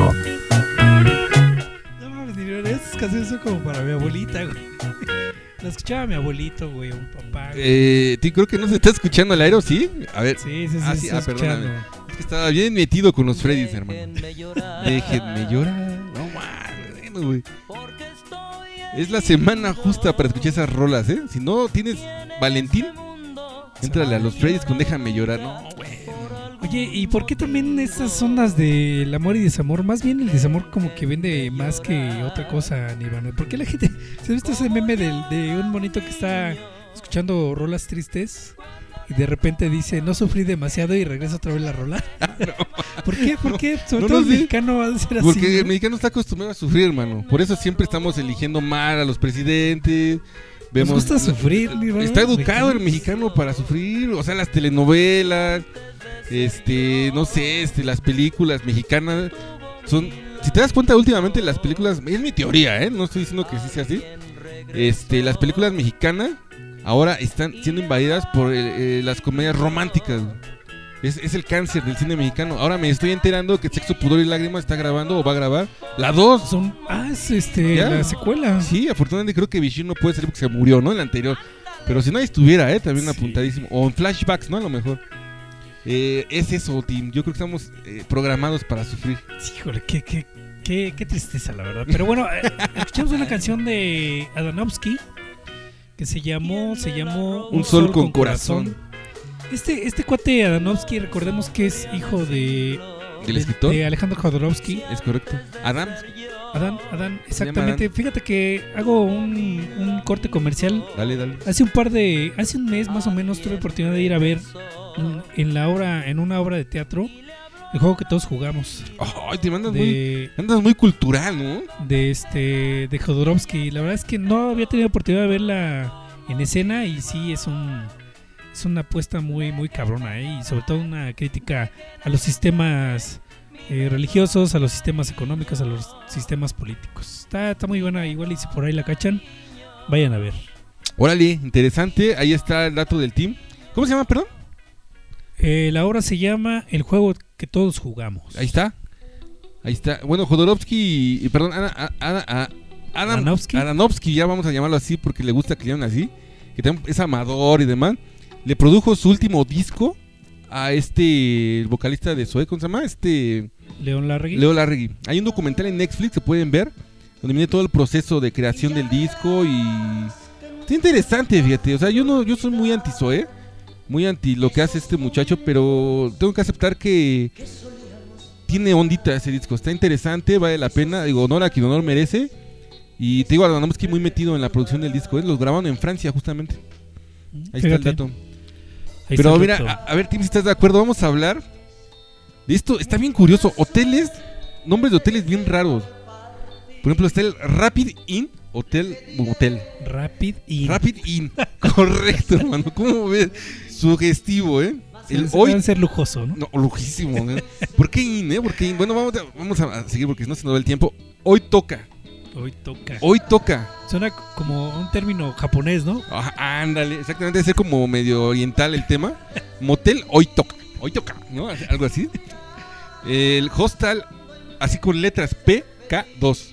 No mames, ni verdad, estas canciones son como para mi abuelita, güey. La escuchaba mi abuelito, güey, un papá. Creo que no se está escuchando al aire, ¿o sí? A ver. Sí, Perdóname. escuchando. Es que estaba bien metido con los Freddys, hermano. Déjenme llorar. No mames, bueno, güey. Es la semana justa para escuchar esas rolas, ¿eh? Si no tienes Valentín, éntrale a los Freddys con Déjame llorar. No, güey. Oye, ¿y por qué también estas ondas del amor y desamor? Más bien el desamor como que vende más que otra cosa, Nirvana. ¿Por qué la gente... ¿Se ha visto ese meme de un monito que está escuchando rolas tristes y de repente dice, no sufrí demasiado y regresa otra vez la rola? ¿Por qué? ¿Por qué? Sobre todo el mexicano va a ser así. Porque el mexicano está acostumbrado a sufrir, hermano. Por eso siempre estamos eligiendo mal a los presidentes. Nos gusta sufrir, Nirvana. Está educado el mexicano para sufrir. O sea, las telenovelas... no sé, las películas mexicanas son, si te das cuenta últimamente las películas, es mi teoría, no estoy diciendo que sí sea así. Las películas mexicanas ahora están siendo invadidas por las comedias románticas. Es el cáncer del cine mexicano. Ahora me estoy enterando que Sexo, Pudor y Lágrimas está grabando o va a grabar la 2. Es la secuela. Sí, afortunadamente creo que Vichy no puede ser porque se murió, ¿no? En la anterior. Pero si no estuviera, también apuntadísimo. O en flashbacks, ¿no? A lo mejor. Es eso, Tim. Yo creo que estamos programados para sufrir. Híjole, qué tristeza, la verdad. Pero bueno, escuchamos una canción de Adanovsky que se llamó Un sol con corazón. Este cuate Adanovsky, recordemos que es hijo ¿Del escritor? de Alejandro Jodorowsky. Es correcto. Adán. Adán, exactamente. Fíjate que hago un corte comercial. Dale. Hace un mes más o menos tuve oportunidad de ir a ver en una obra de teatro el juego que todos jugamos. Ay, te andas muy cultural, ¿no? De Jodorowsky. La verdad es que no había tenido oportunidad de verla en escena y sí es una apuesta muy, muy cabrona, y sobre todo una crítica a los sistemas religiosos, a los sistemas económicos, a los sistemas políticos. Está muy buena, igual y si por ahí la cachan, vayan a ver. Órale, interesante. Ahí está el dato del team. ¿Cómo se llama, perdón? La obra se llama El juego que todos jugamos. Ahí está. Bueno, Jodorowsky, perdón, Adanovsky, ya vamos a llamarlo así porque le gusta que le llamen así, que también es amador y demás. Le produjo su último disco a el vocalista de Zoé, ¿cómo se llama? Leo Larregui. Hay un documental en Netflix, se pueden ver, donde viene todo el proceso de creación del disco y está interesante, fíjate. O sea, yo soy muy anti Zoé, muy anti lo que hace este muchacho, pero tengo que aceptar que tiene ondita ese disco. Está interesante, vale la pena. Digo, honor a quien honor merece. Y te digo, Adanovsky muy metido en la producción del disco. Los grabaron en Francia, justamente. Ahí está el dato. Pero mira, a ver, Tim, si estás de acuerdo, vamos a hablar de esto. Está bien curioso. Hoteles, nombres de hoteles bien raros. Por ejemplo, está el Rapid Inn Hotel. Rapid Inn. Correcto, hermano. ¿Cómo ves? Sugestivo, ¿eh? Debe ser lujoso, ¿no? No, lujísimo, ¿eh? ¿Por qué Inn, eh? ¿Por qué Inn? Bueno, vamos a seguir porque si no se nos va el tiempo. Hoy toca. Suena como un término japonés, ¿no? Ándale, exactamente, debe ser como medio oriental el tema. Motel, hoy toca, ¿no? Algo así. El hostal, así con letras PK2.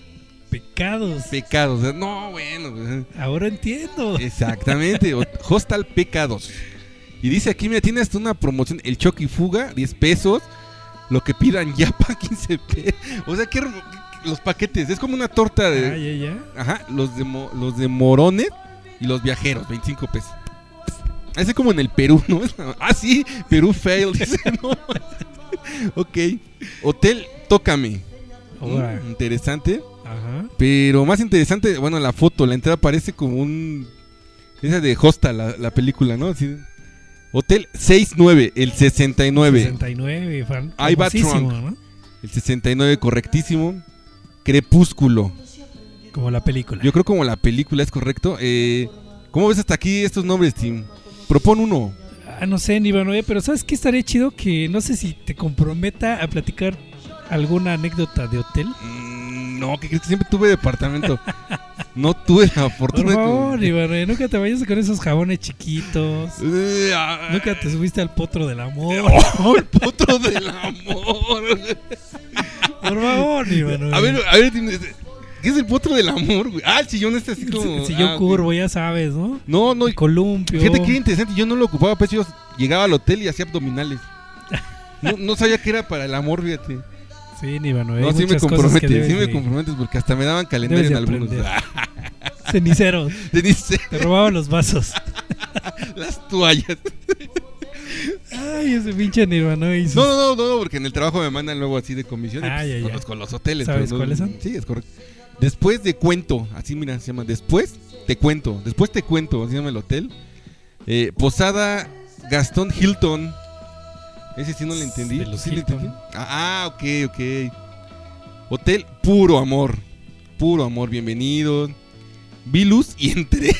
Pecados. No, bueno. Ahora entiendo. Exactamente, hostal PK2. Y dice aquí, mira, tiene hasta una promoción, el choque y fuga, 10 pesos. Lo que pidan yapa, 15 pesos. O sea, que los paquetes, es como una torta de... Ya. Ajá, los de morones y los viajeros, 25 pesos. Así como en el Perú, ¿no? Sí, Perú fail, dice, ¿no? Ok, Hotel Tócame. Interesante. Ajá. Pero más interesante, bueno, la foto, la entrada parece como esa de Hostal, la película, ¿no? Así, Hotel 69, el 69. 69, Ahí va Trunk, ¿no? El 69, correctísimo. Crepúsculo. Como la película. Yo creo como la película, es correcto. ¿Cómo ves hasta aquí estos nombres, Tim? Propon uno. No sé, ni bueno, pero ¿sabes qué estaría chido? Que no sé si te comprometa a platicar alguna anécdota de hotel. No, que crees que siempre tuve departamento. No tuve la fortuna. Por favor, Iván, nunca te vayas con esos jabones chiquitos. Nunca te subiste al potro del amor. El potro del amor. Por favor, Iván. A ver, ¿qué es el potro del amor, güey? El sillón así como... El sillón curvo, ya sabes, ¿no? No. El columpio. Fíjate que interesante, yo no lo ocupaba, pues yo llegaba al hotel y hacía abdominales. No sabía que era para el amor, fíjate. Sí, Iván. No, sí me comprometes porque hasta me daban calendario en algunos. Ceniceros. Te robaban los vasos. Las toallas. Ay, ese pinche Nirvana. No, porque en el trabajo me mandan luego así de comisión. Con los hoteles. ¿Sabes cuáles son? Sí, es correcto. Después de cuento, así mira, se llama. Después te cuento, así se llama el hotel. Posada Gastón Hilton. Ese sí no le entendí. ¿Sí le entendí? Ok. Hotel Puro Amor, bienvenidos. Vilus y Entré.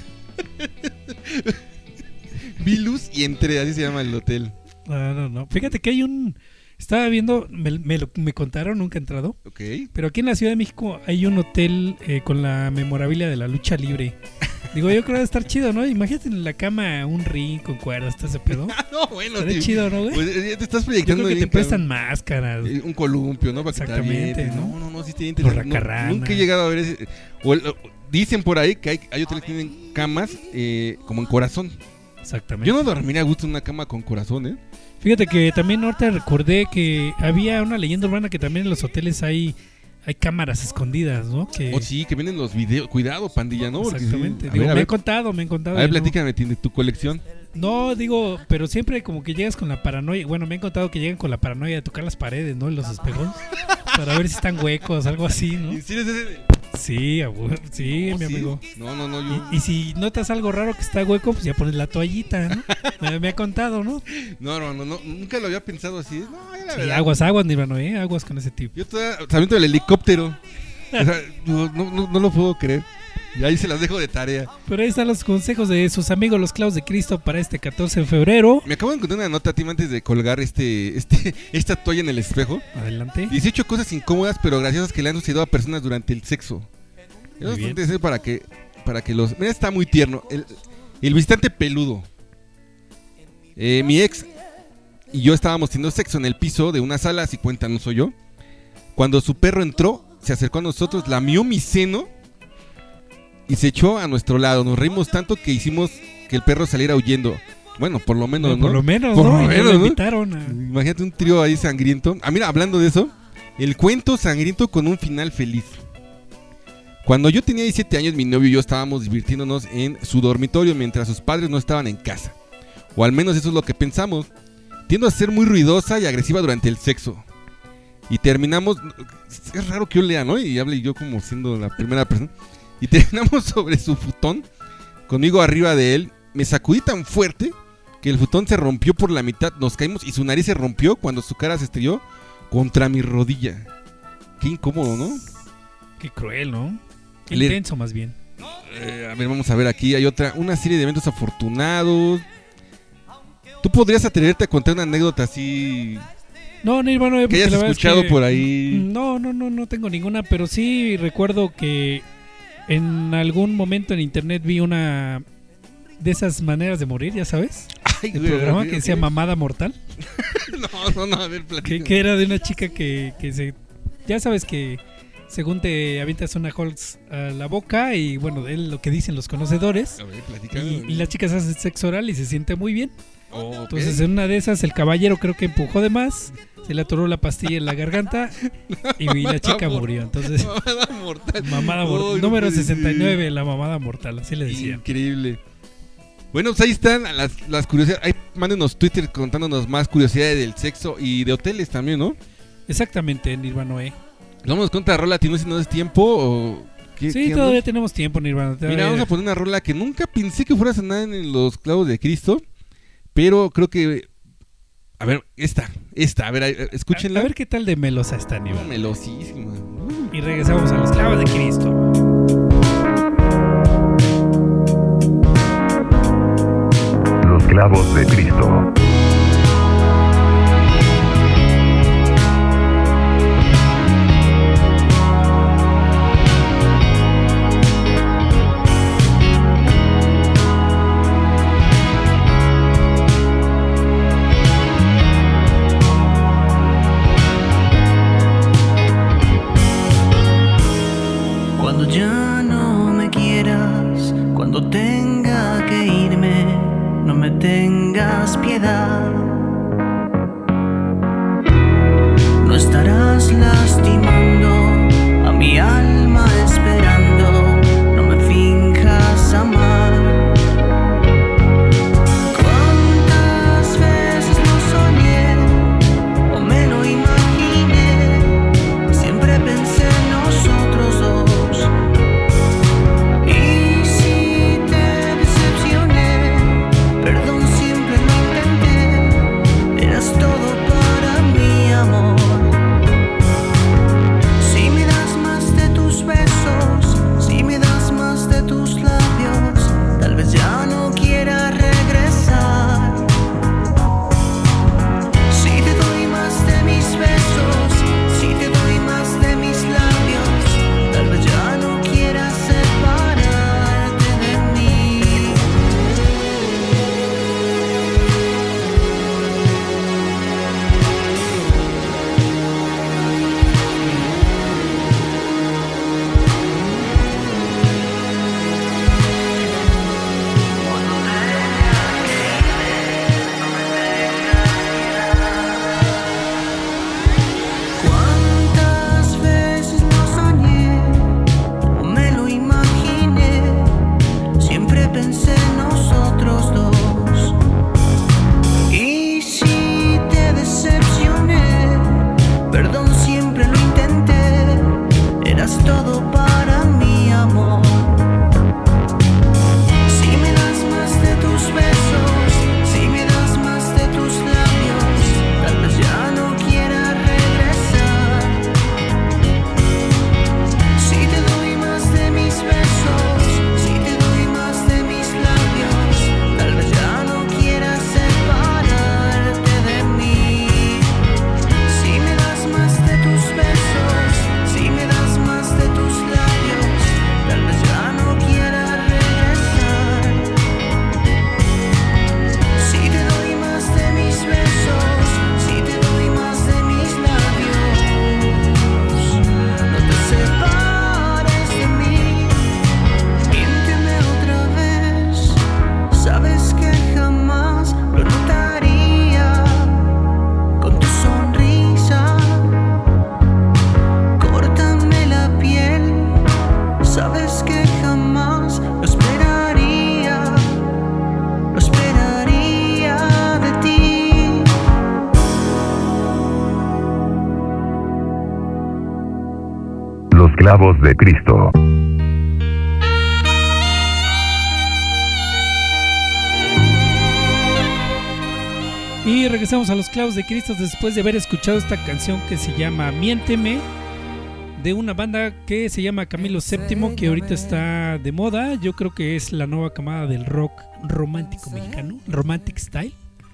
Vilus y Entré, así se llama el hotel. No. Fíjate que hay estaba viendo, me contaron, nunca he entrado. Ok. Pero aquí en la Ciudad de México hay un hotel con la memorabilia de la lucha libre. Digo, yo creo que va a estar chido, ¿no? Imagínate en la cama un ring con cuerdas, ¿está ese pedo? No, bueno. Estaría chido, ¿no, güey? Pues ya te estás proyectando. Yo creo que te prestan máscaras. Un columpio, ¿no? Para exactamente, que ¿no? Sí tiene interesante. Nunca he llegado a ver ese. Dicen por ahí que hay hoteles que tienen camas como en corazón. Exactamente. Yo no dormiría a gusto en una cama con corazón, ¿eh? Fíjate que también ahorita recordé que había una leyenda urbana que también en los hoteles hay cámaras escondidas, ¿no? Sí, que vienen los videos. Cuidado, pandilla, ¿no? Exactamente. Sí. Me han contado. A ver, platícame, tiene tu colección. No, digo, pero siempre como que llegas con la paranoia. Bueno, me han contado que llegan con la paranoia de tocar las paredes, ¿no? En los espejos. Para ver si están huecos, algo así, ¿no? ¿En serio es ese? Sí, sí, ¿Oh, mi sí? amigo. No, yo... Y si notas algo raro que está hueco, pues ya pones la toallita, ¿no? Me ha contado, ¿no? No, nunca lo había pensado así. No, ya la Sí, verdad. aguas, Nirvano, aguas con ese tipo. Yo todavía sabiendo del helicóptero. O sea, no lo puedo creer. Y ahí se las dejo de tarea. Pero ahí están los consejos de sus amigos los clavos de Cristo para este 14 de febrero. Me acabo de encontrar una nota, Tim, antes de colgar esta toalla en el espejo. Adelante. 18 cosas incómodas pero graciosas que le han sucedido a personas durante el sexo. Es Muy bastante bien. serio para que los... Mira, está muy tierno. El visitante peludo. Mi ex y yo estábamos teniendo sexo en el piso de una sala, si cuenta no soy yo. Cuando su perro entró, se acercó a nosotros, lamió mi seno y se echó a nuestro lado. Nos reímos tanto que hicimos que el perro saliera huyendo. Bueno, por lo menos, ¿no? Por lo menos, Por ¿no? lo Y menos, lo ¿no? invitaron a... Imagínate un trío ahí sangriento. Ah, mira, hablando de eso, el cuento sangriento con un final feliz. Cuando yo tenía 17 años, mi novio y yo estábamos divirtiéndonos en su dormitorio mientras sus padres no estaban en casa. O al menos eso es lo que pensamos. Tiendo a ser muy ruidosa y agresiva durante el sexo. Y terminamos... Es raro que yo lea, ¿no? Y hable yo como siendo la primera persona. Y terminamos sobre su futón, conmigo arriba de él. Me sacudí tan fuerte que el futón se rompió por la mitad. Nos caímos y su nariz se rompió cuando su cara se estrelló contra mi rodilla. Qué incómodo, ¿no? Qué cruel, ¿no? Qué Le- intenso más bien. A ver, vamos a ver aquí. Hay una serie de eventos afortunados. ¿Tú podrías atreverte a contar una anécdota así No, Nirvano, que porque hayas la verdad es escuchado que- por ahí? No tengo ninguna, pero sí recuerdo que en algún momento en internet vi una de esas maneras de morir, ya sabes. Ay, El güey, programa ok, que ok. decía Mamada Mortal. No, a ver, platica. Que era de una chica que se... Ya sabes que según te avientas una Holz a la boca y bueno, es lo que dicen los conocedores. A ver, platica. Y la chica se hace sexo oral y se siente muy bien. Oh, ok. Entonces en una de esas el caballero creo que empujó de más, se le atoró la pastilla en la garganta y la chica murió. Entonces, Mamada mortal. mamada Ay, mortal. no Número puede ser. 69, la mamada mortal, así le decían. Increíble. Bueno, pues ahí están las curiosidades. Ahí mándenos Twitter contándonos más curiosidades del sexo y de hoteles también, ¿no? Exactamente, Nirvana. Vamos con otra rola, ¿tienes si no es tiempo o qué? Sí, qué todavía onda? tenemos tiempo, Nirvana. Mira, vamos a poner una rola que nunca pensé que fuera a sonar en los clavos de Cristo, pero creo que... A ver, esta, a ver, escúchenla. A ver qué tal de melosa está, Nirvana. Melosísima. Y regresamos a los clavos de Cristo. Los clavos de Cristo. Cuando ya no me quieras, cuando tenga que irme, no me tengas piedad. No estarás lastimando a mi alma esperando, no me finjas amar. ¿Cuántas veces lo soñé o me lo imaginé? Siempre pensé en nosotros dos. Y si te decepcioné, perdón, siempre lo intenté. Eras todo para mi amor. Si me das más de tu clavos de Cristo. Y regresamos a los clavos de Cristo después de haber escuchado esta canción que se llama Miénteme, de una banda que se llama Camilo VII, que ahorita está de moda. Yo creo que es la nueva camada del rock romántico mexicano, Romantic Style.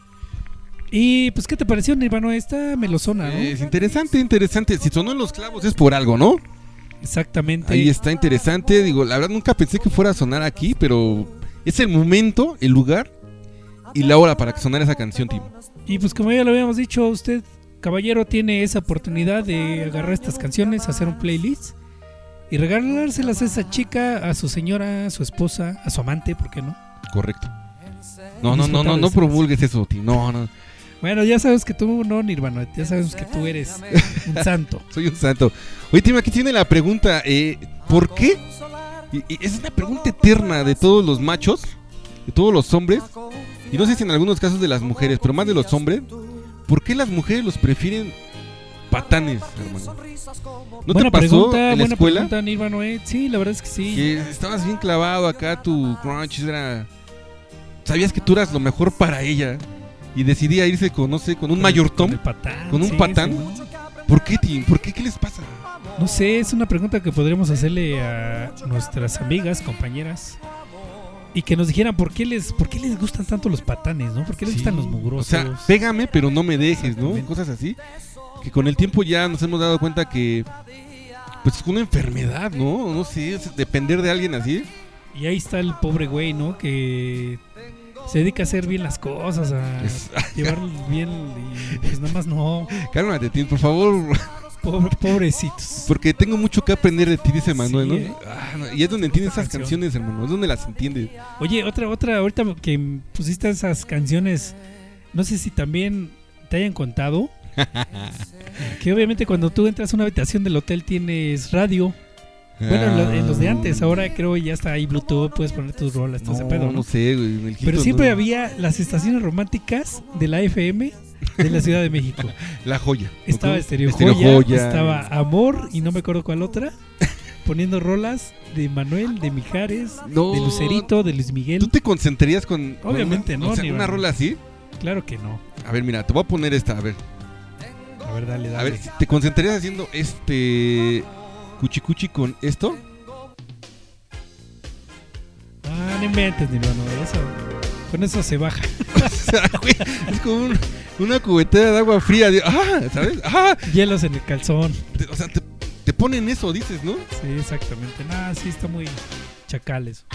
Y pues, ¿qué te pareció, Nirvana? Esta melosona, ¿no? Es interesante. Si sonó en los clavos es por algo, ¿no? Exactamente. Ahí está interesante. Digo, la verdad nunca pensé que fuera a sonar aquí, pero es el momento, el lugar y la hora para que sonara esa canción, Tim. Y pues, como ya lo habíamos dicho, usted, caballero, tiene esa oportunidad de agarrar estas canciones, hacer un playlist y regalárselas a esa chica, a su señora, a su esposa, a su amante, ¿por qué no? Correcto. No promulgues eso, Tim. No. Bueno, ya sabes que tú no, Nirvana, ya sabes que tú eres un santo. Soy un santo. Oye, Tim, aquí tiene la pregunta, ¿por qué? Y es una pregunta eterna de todos los machos, de todos los hombres, y no sé si en algunos casos de las mujeres, pero más de los hombres. ¿Por qué las mujeres los prefieren patanes, hermano? ¿No te pasó en la escuela? Pregunta, Nirvana, sí, la verdad es que sí. Que estabas bien clavado acá, tu crunch era... Sabías que tú eras lo mejor para ella y decidía irse con, no sé, con un mayordomo, con un patán. Sí. ¿Por qué, Tim? ¿Por qué? ¿Qué les pasa? No sé, es una pregunta que podríamos hacerle a nuestras amigas, compañeras, y que nos dijeran por qué les gustan tanto los patanes, ¿no? ¿Por qué les gustan los mugrosos? O sea, pégame, pero no me dejes, ¿no? Cosas así. Que con el tiempo ya nos hemos dado cuenta que pues es una enfermedad, ¿no? No sé, depender de alguien así. Y ahí está el pobre güey, ¿no? Que se dedica a hacer bien las cosas, a llevarlo bien y pues nada más no. Cálmate, Tim, por favor. Pobrecitos. Porque tengo mucho que aprender de ti, dice Manuel, Sí, ¿no? No. Y es donde entiendes esas canciones, hermano. Es donde las entiendes. Oye, otra, ahorita que pusiste esas canciones, no sé si también te hayan contado que obviamente cuando tú entras a una habitación del hotel tienes radio. Bueno, en los de antes, ahora creo ya está ahí Bluetooth, puedes poner tus rolas, todo ese pedo, ¿no? No sé, güey. Pero siempre había las estaciones románticas de la FM de la Ciudad de México. La Joya. Estaba Estéreo Joya, estaba Amor y no me acuerdo cuál otra, poniendo rolas de Manuel, de Mijares, de Lucerito, de Luis Miguel. ¿Tú te concentrarías con Obviamente no, o sea, una rola así? Claro que no. A ver, mira, te voy a poner esta, a ver. A ver, dale. A ver, ¿te concentrarías haciendo cuchicuchi con esto? No inventes, ni bueno, eso. Con eso se baja. O sea, güey, es como una cubetera de agua fría. ¿Sabes? Hielos en el calzón. O sea, te ponen eso, dices, ¿no? Sí, exactamente. Sí, está muy chacal eso.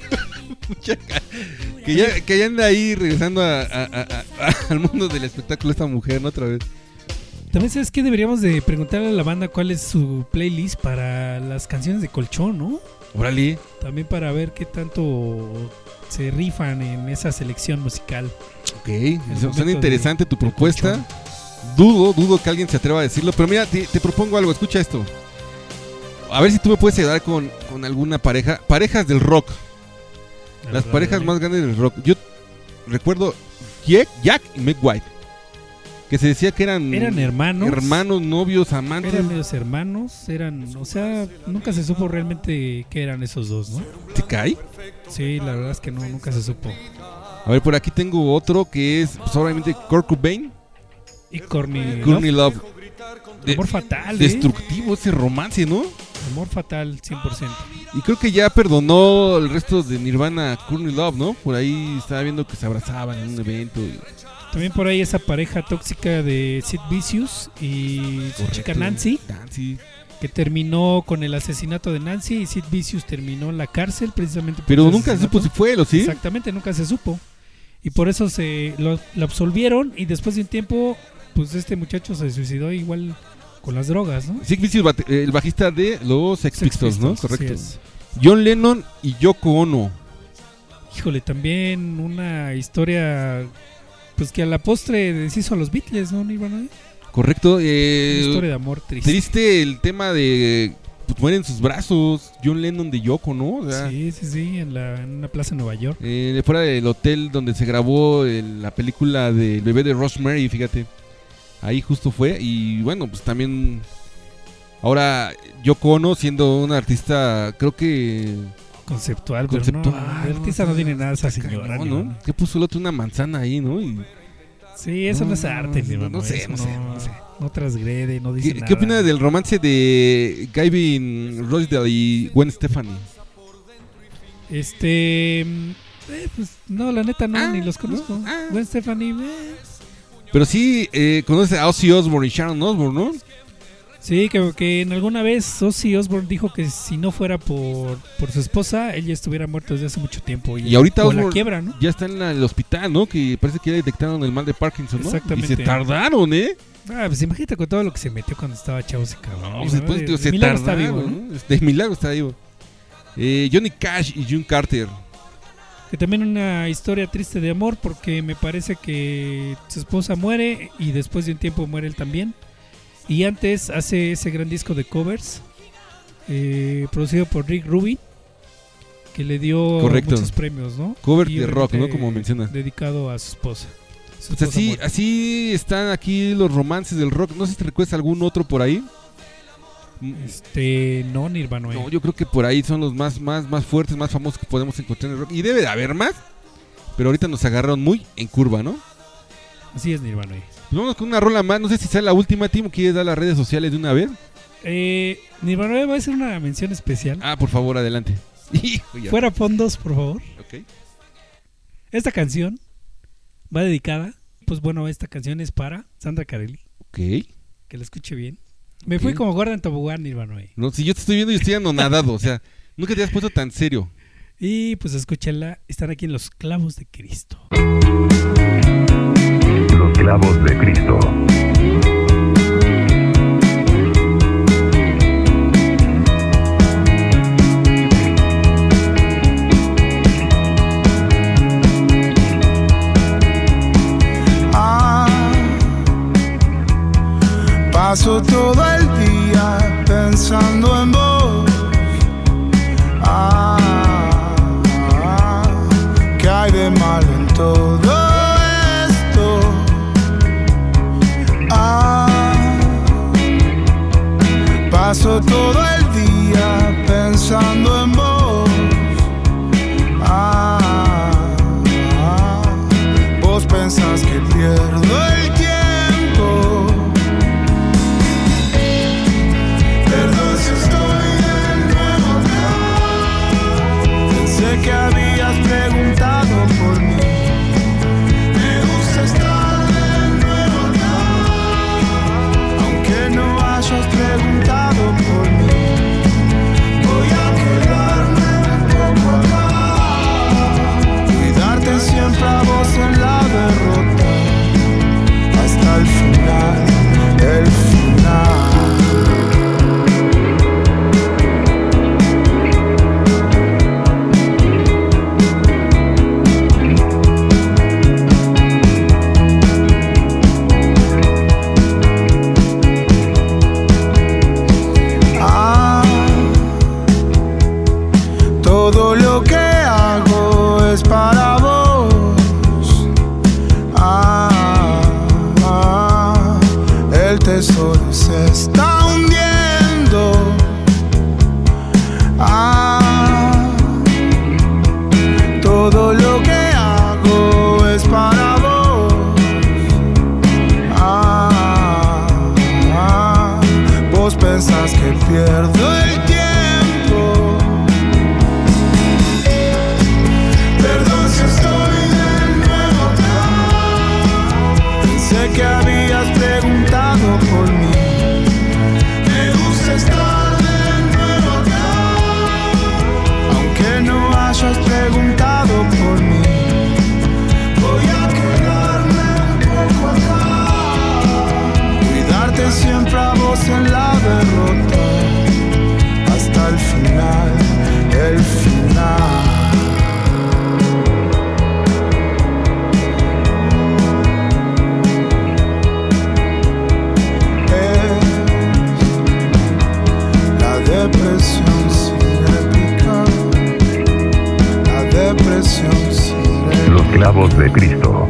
Que ya anda ahí regresando al mundo del espectáculo esta mujer, ¿no? Otra vez. También sabes que deberíamos de preguntarle a la banda cuál es su playlist para las canciones de colchón, ¿no? Órale. También para ver qué tanto se rifan en esa selección musical. Ok, suena interesante tu propuesta. Dudo que alguien se atreva a decirlo, pero mira, te propongo algo, escucha esto. A ver si tú me puedes ayudar con alguna parejas del rock. Las parejas más grandes del rock. Yo recuerdo Jack y Meg White, que se decía que eran hermanos, novios, amantes. Eran medios hermanos, o sea, nunca se supo realmente qué eran esos dos, ¿no? ¿Te cae? Sí, la verdad es que no, nunca se supo. A ver, por aquí tengo otro que es, pues, obviamente, Kurt Cobain y Courtney Love. Amor fatal, destructivo ese romance, ¿no? Amor fatal, 100%. Y creo que ya perdonó el resto de Nirvana, Courtney Love, ¿no? Por ahí estaba viendo que se abrazaban en un evento. También por ahí esa pareja tóxica de Sid Vicious y su chica Nancy, que terminó con el asesinato de Nancy, y Sid Vicious terminó en la cárcel precisamente por pero nunca se supo si fue él o sí. Exactamente, nunca se supo. Y por eso lo absolvieron, y después de un tiempo, pues este muchacho se suicidó igual con las drogas, ¿no? Sid Vicious, el bajista de los Sex Pistols, ¿no? Correcto. John Lennon y Yoko Ono. Híjole, también una historia, pues que a la postre deshizo a los Beatles, ¿no, Nirvana? Correcto. Una historia de amor triste. Triste el tema de pues, muere en sus brazos John Lennon de Yoko, ¿no? O sea, sí, en una plaza en Nueva York. Fuera del hotel donde se grabó la película del bebé de Rosemary, fíjate. Ahí justo fue. Y bueno, pues también Ahora, Yoko Ono siendo una artista, creo que... Conceptual, Conceptual, pero no, el artista no tiene nada esa señora. No, ni ¿no? nada. ¿Qué puso el otro? Una manzana ahí, ¿no? Y... Sí, eso no es arte, mi hermano. no sé, eso no sé. No transgrede, no dice nada. ¿Qué opinas del romance de Gavin Rossdale y Gwen Stefani? Pues no, la neta no, ni los conozco. ¿no? Gwen Stefani, Pero sí, conoces a Ozzy Osbourne y Sharon Osbourne, ¿no? Sí, que en alguna vez Ozzy Osbourne dijo que si no fuera por su esposa, él ya estuviera muerto desde hace mucho tiempo. Y ahorita o Osbourne la quiebra, ¿no? ya está en el hospital, ¿no? Que parece que ya detectaron el mal de Parkinson, ¿no? Exactamente. Y se tardaron, ¿eh? Pues imagínate con todo lo que se metió cuando estaba chavo ese cabrón. No, pues después de se milagro tardaron, está vivo, ¿no? De milagro está vivo. Johnny Cash y June Carter. Que también una historia triste de amor porque me parece que su esposa muere y después de un tiempo muere él también. Y antes hace ese gran disco de covers producido por Rick Rubin que le dio muchos premios, ¿no? Cover y de rock, ¿no? Como mencionas. Dedicado a su esposa. Pues así están aquí los romances del rock. No sé si te recuerdas algún otro por ahí. No, Nirvana. No, yo creo que por ahí son los más fuertes, más famosos que podemos encontrar en el rock. Y debe de haber más, pero ahorita nos agarraron muy en curva, ¿no? Así es, Nirvana. Pues vamos con una rola más. No sé si sale la última, Timo. ¿Quieres dar las redes sociales de una vez? Nirvana va a hacer una mención especial. Por favor, adelante. Fuera fondos, por favor. Ok. Esta canción va dedicada. Pues bueno, esta canción es para Sandra Carelli. Ok. Que la escuche bien. Me fui como Gordon Tobogán, Nirvana. No, si yo te estoy viendo y estoy anonadado. O sea, nunca te has puesto tan serio. Y pues escúchenla. Están aquí en Los Clavos de Cristo. Los Clavos de Cristo. Paso todo el día pensando en vos. ¿Qué hay de malo en todo esto? Paso todo el día pensando en vos. Vos pensás que pierdo el tiempo. Perdón si estoy de nuevo acá. Pensé que habías preguntado por mí. Me gusta estar de nuevo acá. Aunque no hayas preguntado por mí, voy a quedarme un poco acá. Cuidarte siempre a vos en la derrota. Hasta el final, el final. Todo lo que hago es para vos. El tesoro se está hundiendo. Todo lo que hago es para vos. Vos pensás que pierdo el tiempo. Perdón si estoy de nuevo acá. Pensé que habías preguntado por mí. Me gusta estar de nuevo acá. Aunque no hayas preguntado por mí, voy a quedarme un poco acá. Cuidarte siempre a vos en la derrota. Hasta el final, el final. La depresión sigue picando. La depresión sigue. Los Clavos de Cristo.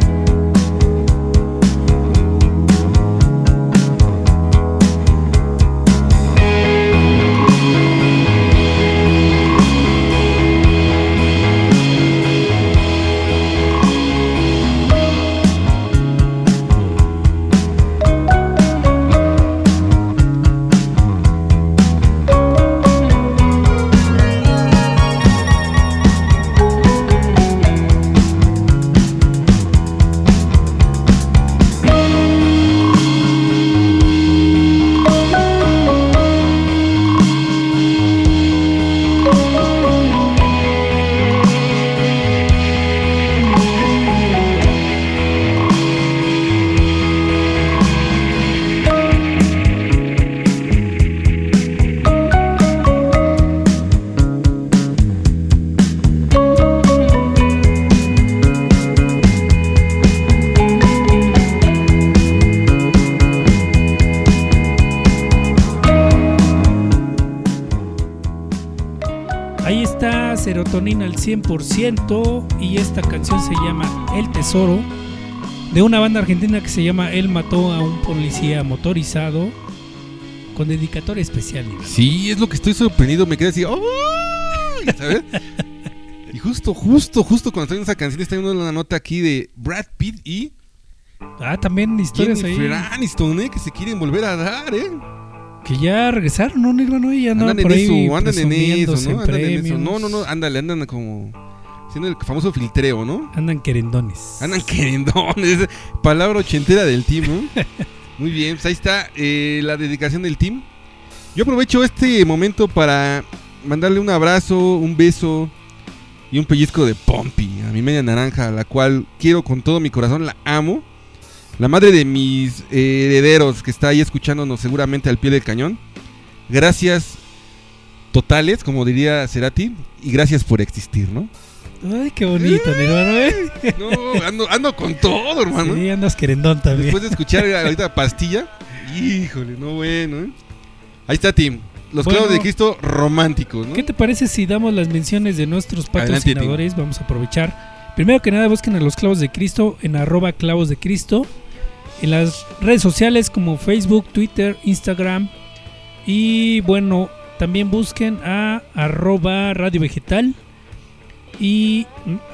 serotonina al 100%. Y esta canción se llama El Tesoro, de una banda argentina que se llama Él mató a un policía motorizado, con dedicatoria especial. Sí, es lo que estoy sorprendido. Me quedé así, ¡oh! ¿Sabes? Y justo cuando estoy en esa canción está viendo una nota aquí de Brad Pitt y también historias Jennifer ahí Aniston, que se quieren volver a dar, que ya regresaron, ¿no, Nirvana? Ya andan por ahí andan en eso, ¿no? Andan en eso. No, andan como haciendo el famoso filtreo, ¿no? Andan querendones. Palabra ochentera del team, ¿no? Muy bien, pues ahí está la dedicación del team. Yo aprovecho este momento para mandarle un abrazo, un beso y un pellizco de Pompi a mi media naranja, a la cual quiero con todo mi corazón, la amo. La madre de mis herederos, que está ahí escuchándonos seguramente al pie del cañón. Gracias totales, como diría Cerati, y gracias por existir, ¿no? Ay, qué bonito, Nirvana, No, ando con todo, hermano. Sí, andas querendón también. Después de escuchar ahorita Pastilla, híjole, no bueno, ¿eh? Ahí está, Tim. Los clavos de Cristo románticos, ¿no? ¿Qué te parece si damos las menciones de nuestros patrocinadores? Adelante, vamos a aprovechar. Primero que nada, busquen a los clavos de Cristo en @clavosdecristo. En las redes sociales como Facebook, Twitter, Instagram. Y bueno, también busquen a @Radio Vegetal y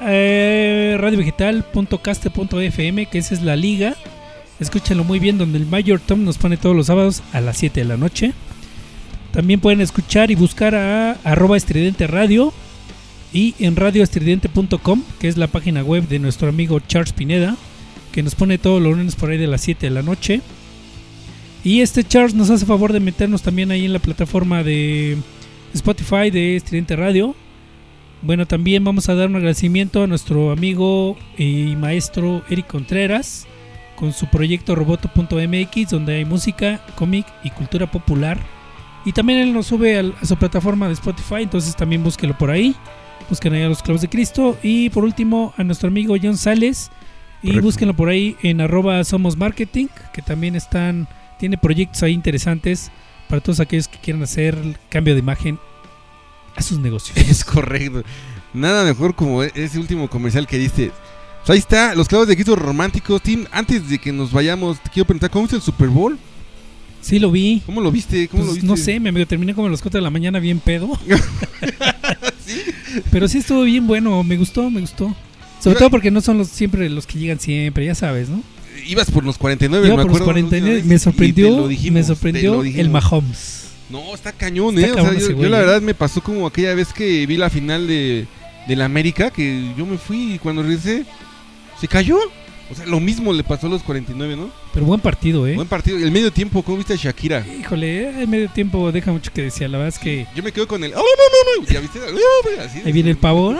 radiovegetal.caster.fm, que esa es la liga. Escúchenlo muy bien, donde el Mayor Tom nos pone todos los sábados a las 7 de la noche. También pueden escuchar y buscar a @estridente radio y en radioestridente.com, que es la página web de nuestro amigo Charles Pineda, que nos pone todos los lunes por ahí de las 7 de la noche. Y Charles nos hace favor de meternos también ahí en la plataforma de Spotify de Estridente Radio. Bueno, también vamos a dar un agradecimiento a nuestro amigo y maestro Eric Contreras con su proyecto roboto.mx, donde hay música, cómic y cultura popular. Y también él nos sube a su plataforma de Spotify, entonces también búsquelo por ahí. Busquen ahí a los clavos de Cristo. Y por último a nuestro amigo John Sales. Y correcto, búsquenlo por ahí en @somosmarketing, que también tiene proyectos ahí interesantes para todos aquellos que quieran hacer cambio de imagen a sus negocios. Es correcto. Nada mejor como ese último comercial que diste. Pues ahí está, los clavos de Cristo románticos. Tim, antes de que nos vayamos, te quiero preguntar, ¿cómo viste el Super Bowl? Sí, lo vi. ¿Cómo lo viste? No sé, mi amigo, terminé como a las 4 de la mañana bien pedo. ¿Sí? Pero sí estuvo bien bueno, me gustó. Sobre todo porque no son siempre los que llegan siempre, ya sabes, ¿no? Ibas por los 49, me acuerdo. Por los 49, me sorprendió el Mahomes. No, está cañón, ¿eh? O sea, yo la verdad me pasó como aquella vez que vi la final de la América, que yo me fui y cuando regresé se cayó. O sea, lo mismo le pasó a los 49, ¿no? Pero buen partido, ¿eh? Buen partido. El medio tiempo, ¿cómo viste a Shakira? Híjole, el medio tiempo deja mucho que decir. La verdad es que... Yo me quedo con el... ¿Ya viste? Así, ahí viene el pavo.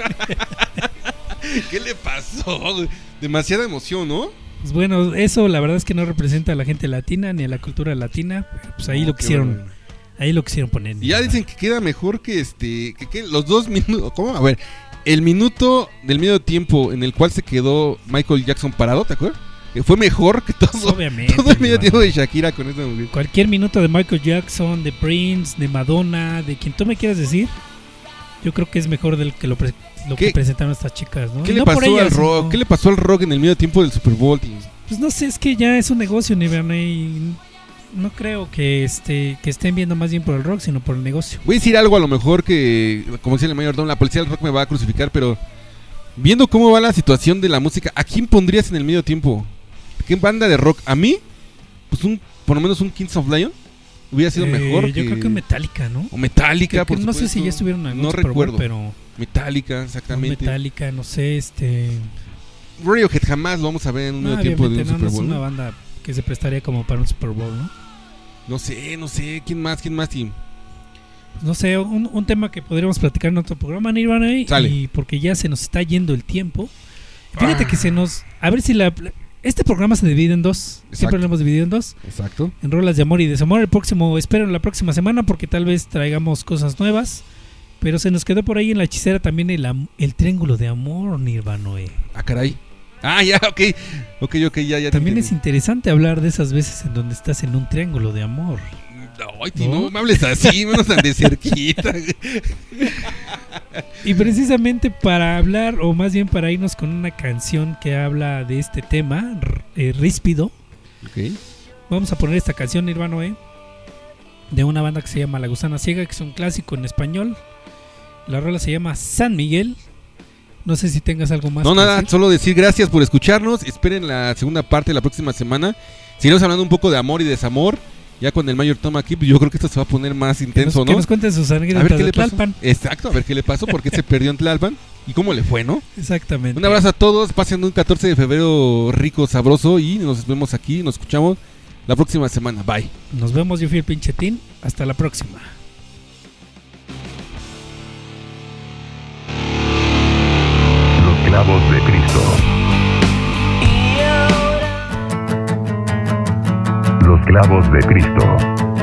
¿Qué le pasó? Demasiada emoción, ¿no? Pues bueno, eso la verdad es que no representa a la gente latina ni a la cultura latina. Pero pues ahí lo quisieron... Bueno. Ahí lo quisieron poner. Y ya dicen que queda mejor que que los 2 minutos... ¿Cómo? A ver... El minuto del medio tiempo en el cual se quedó Michael Jackson parado, ¿te acuerdas? Fue mejor que todo, pues obviamente, todo el medio tiempo de Shakira con esta mujer. Cualquier minuto de Michael Jackson, de Prince, de Madonna, de quien tú me quieras decir, yo creo que es mejor del que lo que presentaron estas chicas, ¿no? ¿Qué le pasó al rock? ¿Qué le pasó al rock en el medio tiempo del Super Bowl? Pues no sé, es que ya es un negocio, y no creo que estén viendo más bien por el rock, sino por el negocio. Voy a decir algo a lo mejor que, como decía el mayordomo, la policía del rock me va a crucificar, pero viendo cómo va la situación de la música, ¿a quién pondrías en el medio tiempo? ¿Qué banda de rock? A mí, pues por lo menos un Kings of Leon hubiera sido mejor. Yo creo que Metallica, ¿no? O Metallica, por no supuesto. sé si ya estuvieron en algún No Super recuerdo, Bowl, pero Metallica, exactamente. Metallica, no sé, Radiohead jamás lo vamos a ver en un medio tiempo de un Super Bowl. No es una banda que se prestaría como para un Super Bowl, ¿no? No sé, ¿quién más, Tim? No sé, un tema que podríamos platicar en otro programa, Nirvana, y porque ya se nos está yendo el tiempo. Fíjate que a ver si este programa se divide en 2. Exacto. Siempre lo hemos dividido en 2. Exacto. En rolas de amor y desamor. Espero la próxima semana porque tal vez traigamos cosas nuevas. Pero se nos quedó por ahí en la hechicera también el triángulo de amor, Nirvana. Ah, caray. Ah, ya, ok, ya. También es interesante hablar de esas veces en donde estás en un triángulo de amor. Ay, no me hables así, menos tan de cerquita. Y precisamente para hablar, o más bien para irnos con una canción que habla de este tema, ríspido, Ok. vamos a poner esta canción, Nirvana, de una banda que se llama La Gusana Ciega, que es un clásico en español. La rola se llama San Miguel. No sé si tengas algo más. No, que nada, decir. solo decir gracias por escucharnos. Esperen la segunda parte la próxima semana. Seguiremos hablando un poco de amor y desamor. Ya con el Mayor Tom aquí, pues yo creo que esto se va a poner más intenso, Que ¿no? nos cuenten sus A ver anécdotas qué de le pasó. Tlalpan. Exacto, a ver qué le pasó, por qué se perdió en Tlalpan y cómo le fue, ¿no? Exactamente. Un abrazo a todos, pasen un 14 de febrero rico, sabroso y nos vemos aquí, nos escuchamos la próxima semana. Bye. Nos vemos, yo fui el Pinchetín. Hasta la próxima. Los clavos de Cristo. Los clavos de Cristo.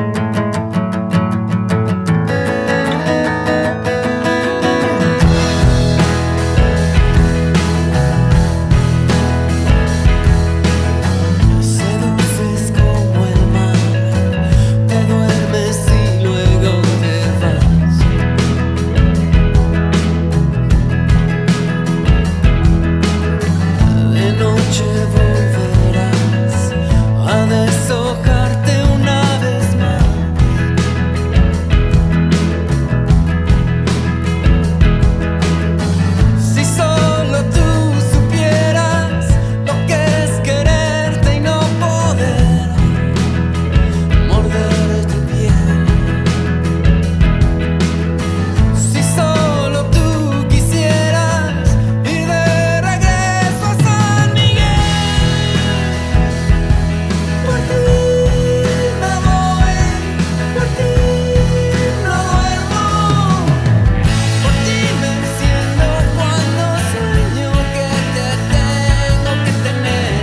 Seduces como el mar, te duermes y luego te vas. De noche volverás a deshojarte una vez más. Si solo tú supieras lo que es quererte y no poder morder tu piel. Si solo tú quisieras ir de regreso a San Miguel. Por ti me voy, por ti no duermo. Por ti me enciendo cuando sueño que te tengo que tener.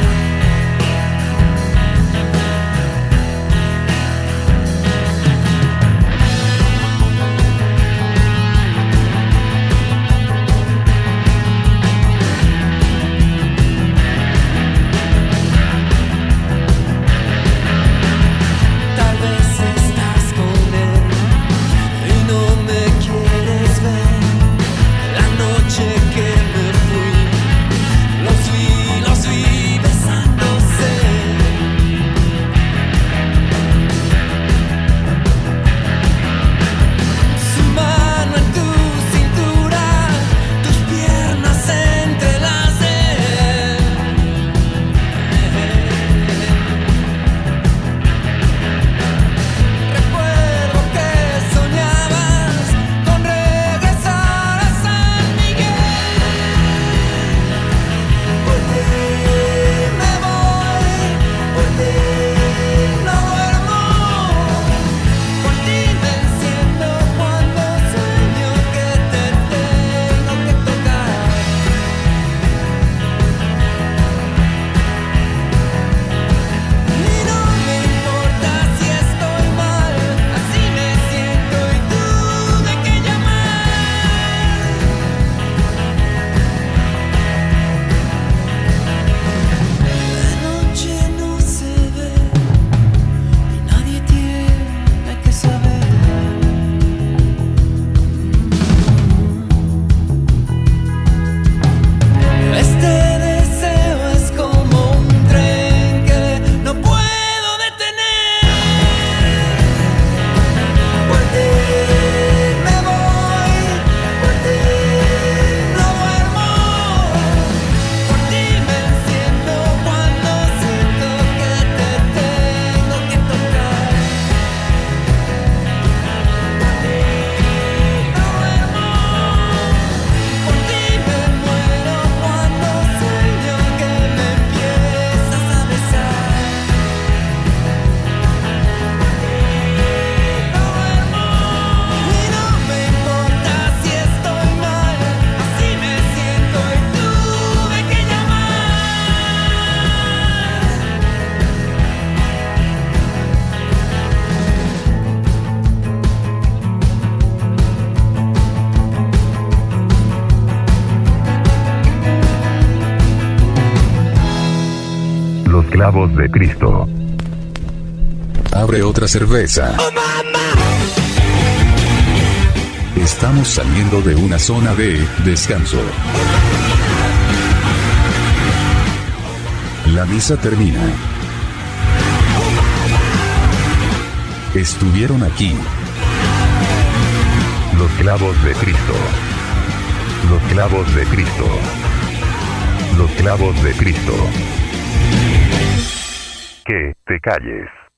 Tal vez estás con él y no me quieres ver. La noche que me fui, los vi besándose. Su mano en tu cintura, tus piernas entre las de él. Recuerdo que soñabas con regresar a San Miguel. Por ti me voy, por ti no duermo. Por ti me enciendo cuando sueño que te tengo que tocar. Y no me importa si estoy mal, así me siento y tú de qué llamar. De noche no se ve y nadie tiene que saber. Este deseo es como un tren que no puedo detener. Por ti me voy, por ti no duermo. Por ti me enciendo cuando siento que te tengo que tocar. Por ti no duermo. Por ti me muero cuando sueño que me empiezas a besar. No duermo y no me importa si estoy mal, así me siento y tuve que llamar. Los clavos de Cristo. Abre otra cerveza. Estamos saliendo de una zona de descanso. La misa termina. Estuvieron aquí Los clavos de Cristo. Los clavos de Cristo. Los clavos de Cristo. Que te calles.